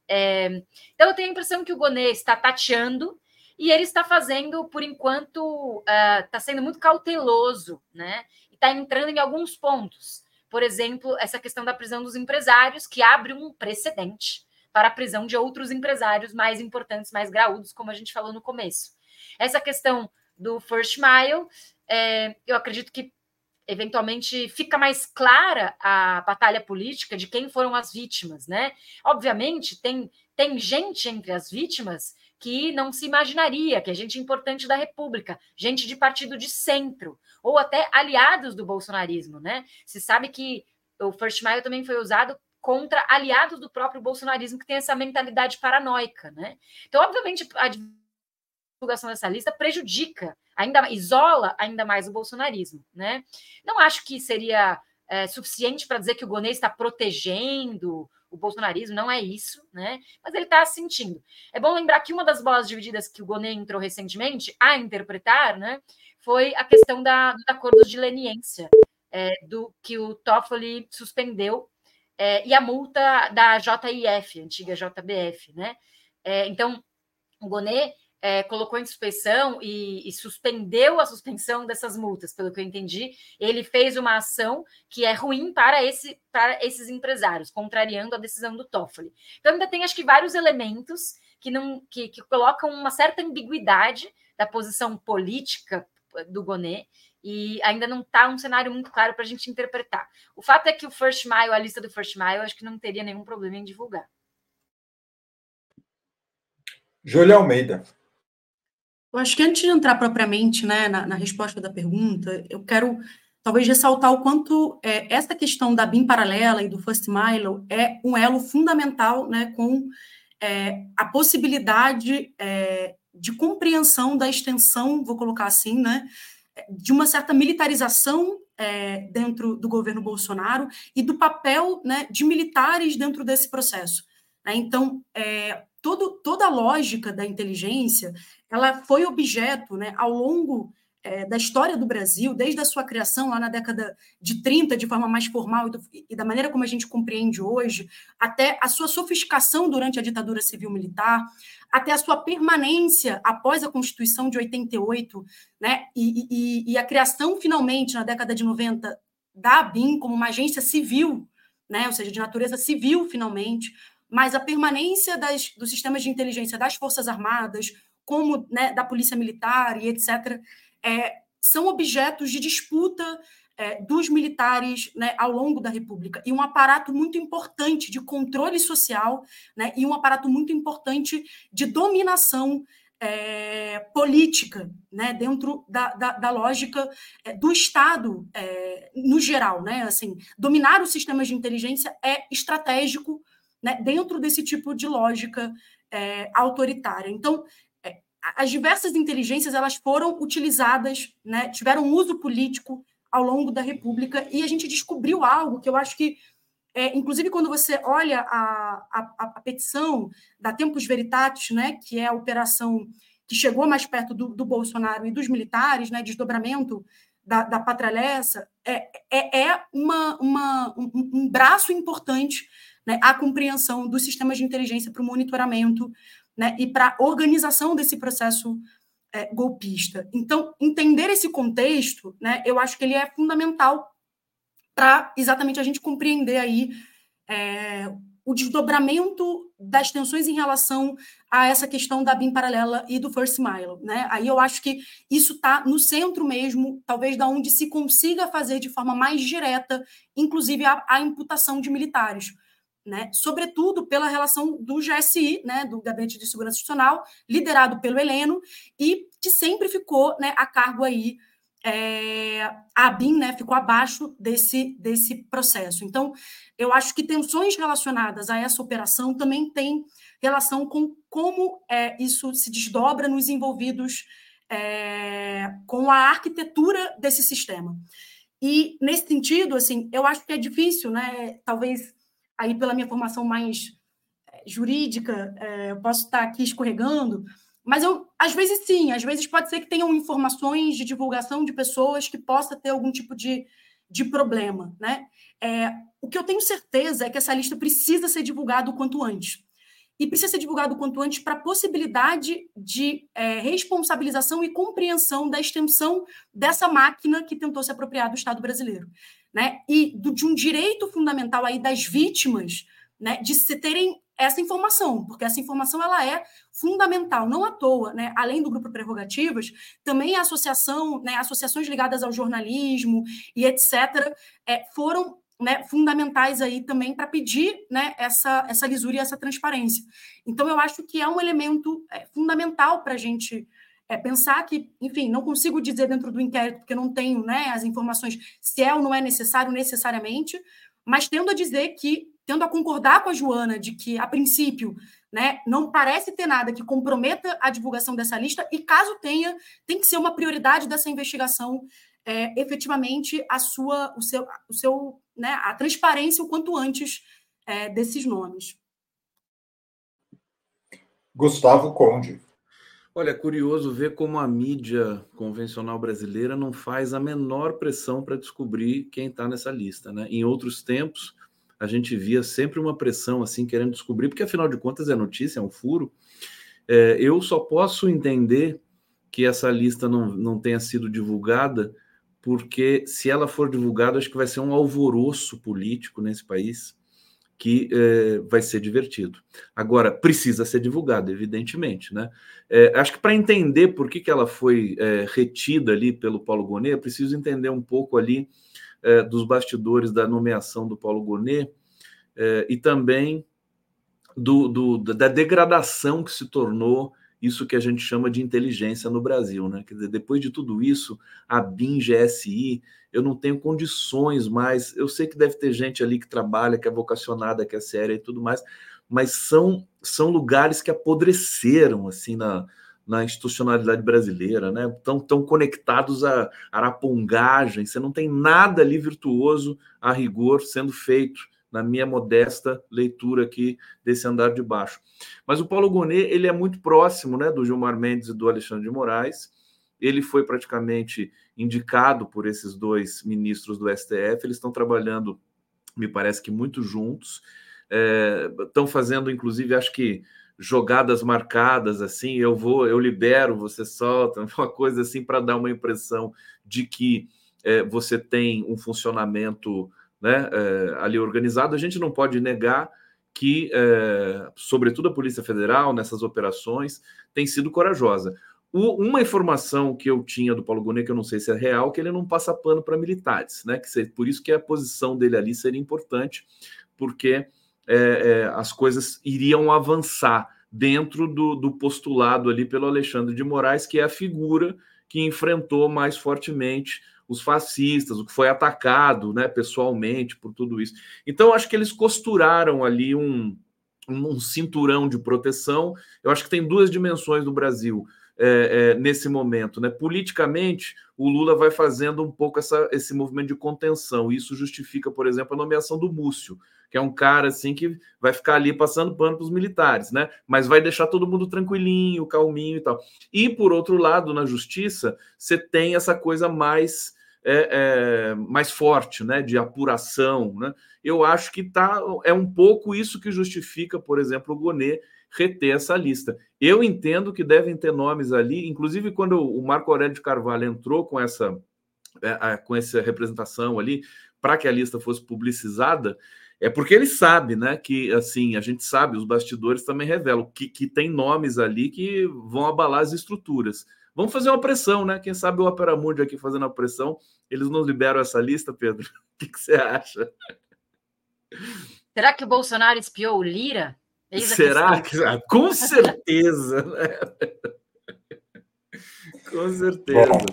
Então eu tenho a impressão que o Gonê está tateando e ele está fazendo, por enquanto, está sendo muito cauteloso, né? E está entrando em alguns pontos. Por exemplo, essa questão da prisão dos empresários, que abre um precedente para a prisão de outros empresários mais importantes, mais graúdos, como a gente falou no começo. Essa questão do First Mile, eu acredito que, eventualmente, fica mais clara a batalha política de quem foram as vítimas, né? Obviamente, tem gente entre as vítimas que não se imaginaria, que é gente importante da República, gente de partido de centro, ou até aliados do bolsonarismo, né? Se sabe que o First Mile também foi usado contra aliados do próprio bolsonarismo que tem essa mentalidade paranoica, né? Então, obviamente, a divulgação dessa lista prejudica, isola ainda mais o bolsonarismo, né? Não acho que seria suficiente para dizer que o Gonê está protegendo o bolsonarismo, não é isso, né? Mas ele está sentindo. É bom lembrar que uma das bolas divididas que o Gonê entrou recentemente a interpretar, né, foi a questão dos acordos de leniência, do que o Toffoli suspendeu, e a multa da JIF, antiga JBF, né? Então, o Gonê colocou em suspeição e suspendeu a suspensão dessas multas, pelo que eu entendi. Ele fez uma ação que é ruim para esses empresários, contrariando a decisão do Toffoli. Então, ainda tem, acho que, vários elementos que colocam uma certa ambiguidade da posição política do Gonê, e ainda não está um cenário muito claro para a gente interpretar. O fato é que o First Mile, a lista do First Mile, acho que não teria nenhum problema em divulgar. Júlia Almeida. Eu acho que antes de entrar propriamente, né, na resposta da pergunta, eu quero talvez ressaltar o quanto essa questão da BIM paralela e do First Mile é um elo fundamental, né, com a possibilidade de compreensão da extensão, vou colocar assim, né, de uma certa militarização dentro do governo Bolsonaro e do papel, né, de militares dentro desse processo. Né? Então, toda a lógica da inteligência ela foi objeto, né, ao longo da história do Brasil, desde a sua criação lá na década de 30, de forma mais formal e da maneira como a gente compreende hoje, até a sua sofisticação durante a ditadura civil-militar, até a sua permanência após a Constituição de 88, né, e a criação, finalmente, na década de 90, da ABIN como uma agência civil, né, ou seja, de natureza civil, finalmente, mas a permanência dos sistemas de inteligência das Forças Armadas, como, né, da Polícia Militar e etc., são objetos de disputa dos militares, né, ao longo da República, e um aparato muito importante de controle social, né, e um aparato muito importante de dominação política, né, dentro da lógica do Estado no geral, né, assim, dominar os sistemas de inteligência é estratégico, né, dentro desse tipo de lógica autoritária. Então, as diversas inteligências elas foram utilizadas, né, tiveram uso político ao longo da República, e a gente descobriu algo que eu acho que inclusive, quando você olha a petição da Tempus Veritatis, né, que é a operação que chegou mais perto do Bolsonaro e dos militares, né, desdobramento da Pátria Lessa, um braço importante, né, à compreensão dos sistemas de inteligência para o monitoramento, né, e para a organização desse processo golpista. Então, entender esse contexto, né, eu acho que ele é fundamental para exatamente a gente compreender aí o desdobramento das tensões em relação a essa questão da BIM paralela e do First Mile, né? Aí eu acho que isso está no centro mesmo, talvez da onde se consiga fazer de forma mais direta, inclusive a imputação de militares, né? Sobretudo pela relação do GSI, né, do Gabinete de Segurança Institucional, liderado pelo Heleno, e que sempre ficou, né, a cargo aí a ABIN, né, ficou abaixo desse processo. Então, eu acho que tensões relacionadas a essa operação também têm relação com como isso se desdobra nos envolvidos com a arquitetura desse sistema. E, nesse sentido, assim, eu acho que é difícil, né, talvez, aí pela minha formação mais jurídica, eu posso estar aqui escorregando, mas às vezes sim, às vezes pode ser que tenham informações de divulgação de pessoas que possa ter algum tipo de problema, né? O que eu tenho certeza é que essa lista precisa ser divulgada o quanto antes. E precisa ser divulgado o quanto antes para a possibilidade de responsabilização e compreensão da extensão dessa máquina que tentou se apropriar do Estado brasileiro, né? E de um direito fundamental aí das vítimas, né, de se terem essa informação, porque essa informação ela é fundamental, não à toa, né? Além do grupo Prerrogativas, também a associação, né, associações ligadas ao jornalismo e etc., foram, né, fundamentais aí também para pedir, né, essa lisura e essa transparência. Então, eu acho que é um elemento fundamental para a gente pensar que, enfim, não consigo dizer dentro do inquérito, porque eu não tenho, né, as informações se é ou não é necessário necessariamente, mas tendo a concordar com a Joana de que, a princípio, né, não parece ter nada que comprometa a divulgação dessa lista, e caso tenha, tem que ser uma prioridade dessa investigação, efetivamente, né, a transparência o quanto antes desses nomes. Gustavo Conde. Olha, é curioso ver como a mídia convencional brasileira não faz a menor pressão para descobrir quem está nessa lista, né? Em outros tempos, a gente via sempre uma pressão assim, querendo descobrir, porque afinal de contas é notícia, é um furo. Eu só posso entender que essa lista não tenha sido divulgada, porque se ela for divulgada, acho que vai ser um alvoroço político nesse país que vai ser divertido. Agora, precisa ser divulgada, evidentemente, né? Acho que para entender por que ela foi retida ali pelo Paulo Gonet, é preciso entender um pouco ali dos bastidores da nomeação do Paulo Gonet e também da degradação que se tornou isso que a gente chama de inteligência no Brasil, né? Quer dizer, depois de tudo isso, a BIM, GSI, eu não tenho condições mais. Eu sei que deve ter gente ali que trabalha, que é vocacionada, que é séria e tudo mais, mas são lugares que apodreceram assim na institucionalidade brasileira, né? Tão conectados à arapongagem. Você não tem nada ali virtuoso a rigor sendo feito, na minha modesta leitura aqui desse andar de baixo. Mas o Paulo Gonet, ele é muito próximo, né, do Gilmar Mendes e do Alexandre de Moraes. Ele foi praticamente indicado por esses dois ministros do STF. Eles estão trabalhando, me parece que muito juntos. Estão fazendo, inclusive, acho que jogadas marcadas, assim, eu libero, você solta, uma coisa assim para dar uma impressão de que você tem um funcionamento, né, ali organizado. A gente não pode negar que, sobretudo a Polícia Federal, nessas operações, tem sido corajosa. Uma informação que eu tinha do Paulo Gonet, que eu não sei se é real, que ele não passa pano para militares, né? Por isso que a posição dele ali seria importante, porque as coisas iriam avançar dentro do postulado ali pelo Alexandre de Moraes, que é a figura que enfrentou mais fortemente os fascistas, o que foi atacado, né, pessoalmente por tudo isso. Então, acho que eles costuraram ali um cinturão de proteção. Eu acho que tem duas dimensões do Brasil nesse momento, né? Politicamente, o Lula vai fazendo um pouco esse movimento de contenção. Isso justifica, por exemplo, a nomeação do Múcio, que é um cara assim que vai ficar ali passando pano para os militares, né? Mas vai deixar todo mundo tranquilinho, calminho e tal. E, por outro lado, na justiça, você tem essa coisa mais forte, né? De apuração, né? Eu acho que é um pouco isso que justifica, por exemplo, o Gonet reter essa lista. Eu entendo que devem ter nomes ali, inclusive quando o Marco Aurélio de Carvalho entrou com essa representação ali, para que a lista fosse publicizada, é porque ele sabe, né, que assim, a gente sabe, os bastidores também revelam que tem nomes ali que vão abalar as estruturas. Vamos fazer uma pressão, né? Quem sabe o Opera Mundi aqui fazendo a pressão, eles não liberam essa lista, Pedro? O que você acha? Será que o Bolsonaro espiou o Lira? Será que... Com certeza, né? Com certeza. Bom,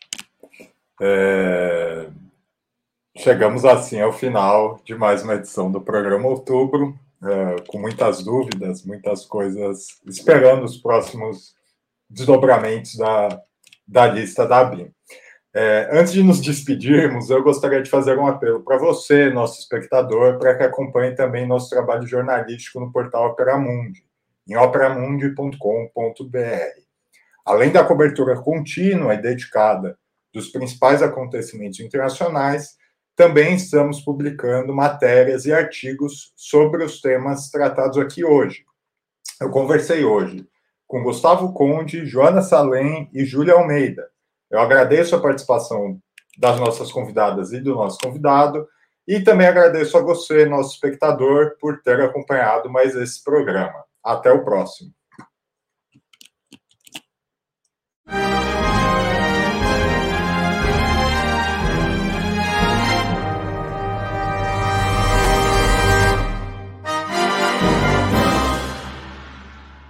chegamos assim ao final de mais uma edição do programa Outubro, com muitas dúvidas, muitas coisas, esperando os próximos desdobramentos da lista da ABIN. Antes de nos despedirmos, eu gostaria de fazer um apelo para você, nosso espectador, para que acompanhe também nosso trabalho jornalístico no portal Opera Mundi, em operamundi.com.br. Além da cobertura contínua e dedicada dos principais acontecimentos internacionais, também estamos publicando matérias e artigos sobre os temas tratados aqui hoje. Eu conversei hoje com Gustavo Conde, Joana Salem e Júlia Almeida. Eu agradeço a participação das nossas convidadas e do nosso convidado, e também agradeço a você, nosso espectador, por ter acompanhado mais esse programa. Até o próximo.